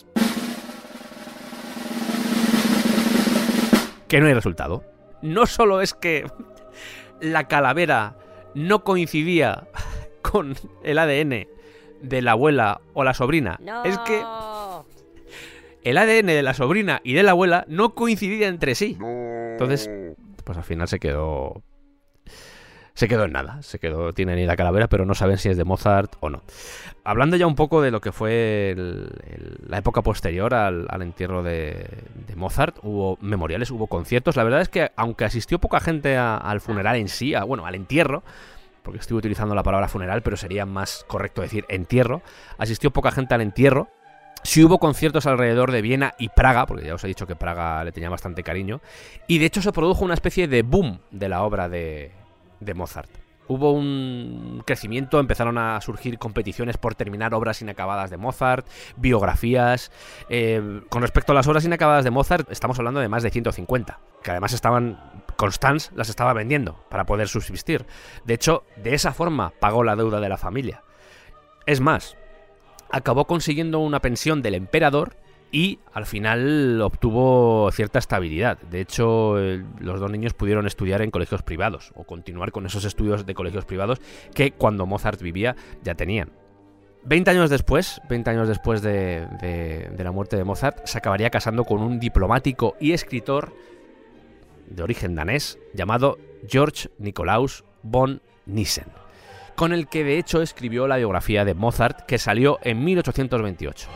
que no hay resultado. No solo es que la calavera no coincidía con el A D N de la abuela o la sobrina, No. es que el A D N de la sobrina y de la abuela no coincidía entre sí. No. Entonces, pues al final se quedó... Se quedó en nada, se quedó, tienen ahí la calavera, pero no saben si es de Mozart o no. Hablando ya un poco de lo que fue el, el, la época posterior al, al entierro de, de Mozart, hubo memoriales, hubo conciertos. La verdad es que, aunque asistió poca gente a, al funeral en sí, a, bueno, al entierro, porque estoy utilizando la palabra funeral, pero sería más correcto decir entierro, asistió poca gente al entierro. Sí hubo conciertos alrededor de Viena y Praga, porque ya os he dicho que Praga le tenía bastante cariño, y de hecho se produjo una especie de boom de la obra de... de Mozart. Hubo un crecimiento, empezaron a surgir competiciones por terminar obras inacabadas de Mozart, biografías. Eh, con respecto a las obras inacabadas de Mozart, estamos hablando de más de ciento cincuenta, que además estaban... Constance las estaba vendiendo para poder subsistir. De hecho, de esa forma pagó la deuda de la familia. Es más, acabó consiguiendo una pensión del emperador y al final obtuvo cierta estabilidad. De hecho, eh, los dos niños pudieron estudiar en colegios privados o continuar con esos estudios de colegios privados que cuando Mozart vivía ya tenían. Veinte años después, veinte años después de, de, de la muerte de Mozart, se acabaría casando con un diplomático y escritor de origen danés llamado Georg Nikolaus von Nissen, con el que de hecho escribió la biografía de Mozart, que salió en mil ochocientos veintiocho.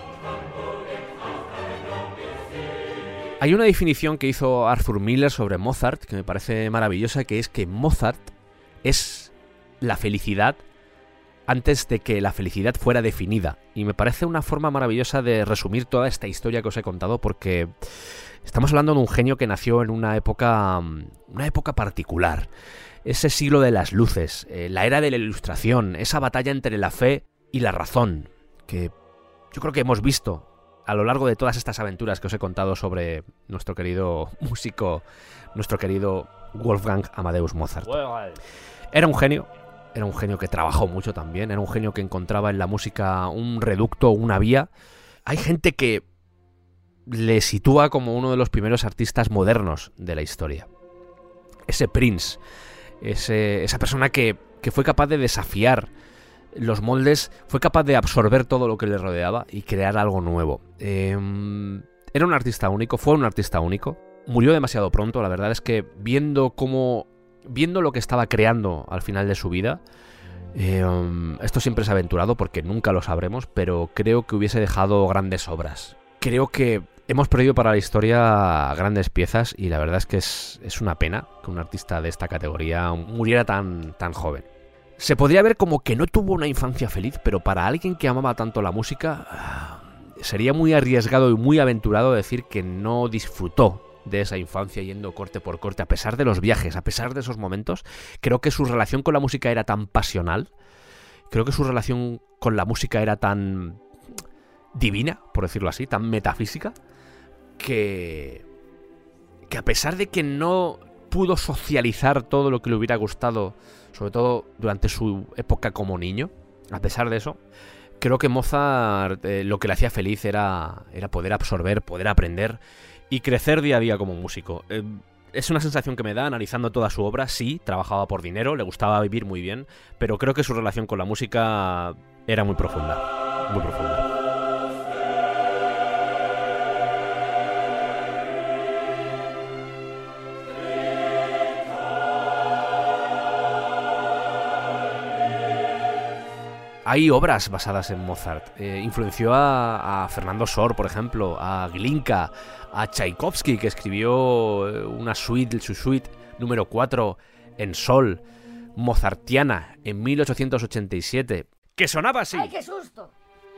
Hay una definición que hizo Arthur Miller sobre Mozart que me parece maravillosa, que es que Mozart es la felicidad antes de que la felicidad fuera definida. Y me parece una forma maravillosa de resumir toda esta historia que os he contado, porque estamos hablando de un genio que nació en una época, una época particular. Ese siglo de las luces, eh, la era de la ilustración, esa batalla entre la fe y la razón, que yo creo que hemos visto a lo largo de todas estas aventuras que os he contado sobre nuestro querido músico, nuestro querido Wolfgang Amadeus Mozart. Era un genio, era un genio que trabajó mucho también, era un genio que encontraba en la música un reducto, una vía. Hay gente que le sitúa como uno de los primeros artistas modernos de la historia. Ese Prince, ese, esa persona que, que fue capaz de desafiar los moldes, fue capaz de absorber todo lo que le rodeaba y crear algo nuevo. Eh, era un artista único, fue un artista único. Murió demasiado pronto, la verdad es que viendo cómo, viendo lo que estaba creando al final de su vida, eh, esto siempre es aventurado porque nunca lo sabremos, pero creo que hubiese dejado grandes obras. Creo que hemos perdido para la historia grandes piezas y la verdad es que es, es una pena que un artista de esta categoría muriera tan, tan joven. Se podría ver como que no tuvo una infancia feliz, pero para alguien que amaba tanto la música, sería muy arriesgado y muy aventurado decir que no disfrutó de esa infancia yendo corte por corte, a pesar de los viajes, a pesar de esos momentos. Creo que su relación con la música era tan pasional, creo que su relación con la música era tan divina, por decirlo así, tan metafísica, que, que a pesar de que no pudo socializar todo lo que le hubiera gustado, sobre todo durante su época como niño, a pesar de eso, creo que Mozart eh, lo que le hacía feliz era, era poder absorber, poder aprender y crecer día a día como músico. Eh, es una sensación que me da analizando toda su obra. Sí, trabajaba por dinero, le gustaba vivir muy bien, pero creo que su relación con la música era muy profunda, muy profunda. Hay obras basadas en Mozart. Eh, influenció a, a Fernando Sor, por ejemplo, a Glinka, a Tchaikovsky, que escribió una suite, su suite número cuatro en sol, mozartiana, en mil ochocientos ochenta y siete, que sonaba así. ¡Ay, qué susto!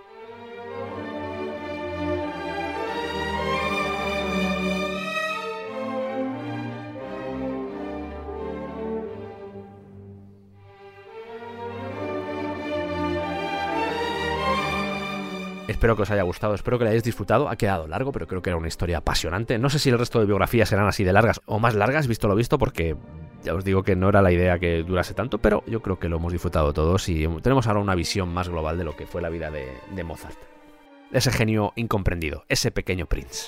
Espero que os haya gustado, espero que la hayáis disfrutado. Ha quedado largo, pero creo que era una historia apasionante. No sé si el resto de biografías serán así de largas o más largas, visto lo visto, porque ya os digo que no era la idea que durase tanto, pero yo creo que lo hemos disfrutado todos y tenemos ahora una visión más global de lo que fue la vida de, de Mozart. Ese genio incomprendido, ese pequeño Prince.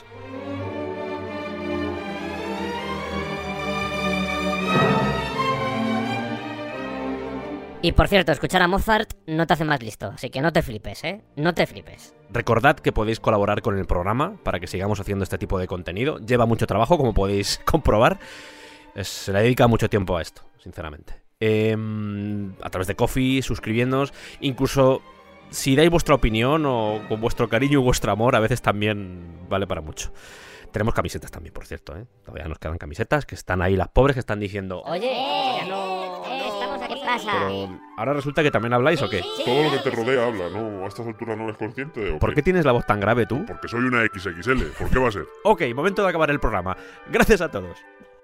Y por cierto, escuchar a Mozart no te hace más listo, así que no te flipes, ¿eh? No te flipes. Recordad que podéis colaborar con el programa para que sigamos haciendo este tipo de contenido. Lleva mucho trabajo, como podéis comprobar. Es, se le dedica mucho tiempo a esto, sinceramente. Eh, a través de Ko-fi, suscribiéndonos, incluso si dais vuestra opinión o con vuestro cariño y vuestro amor, a veces también vale para mucho. Tenemos camisetas también, por cierto, ¿eh? Todavía nos quedan camisetas que están ahí las pobres que están diciendo... Oye, ya no... Eh, estamos aquí. ¿Qué pasa? Pero ahora resulta que también habláis, ¿o qué? Todo lo que te rodea habla, ¿no? A estas alturas no eres consciente de... ¿Por qué tienes la voz tan grave tú? Porque soy una equis equis ele. ¿Por qué va a ser? Ok, momento de acabar el programa. Gracias a todos.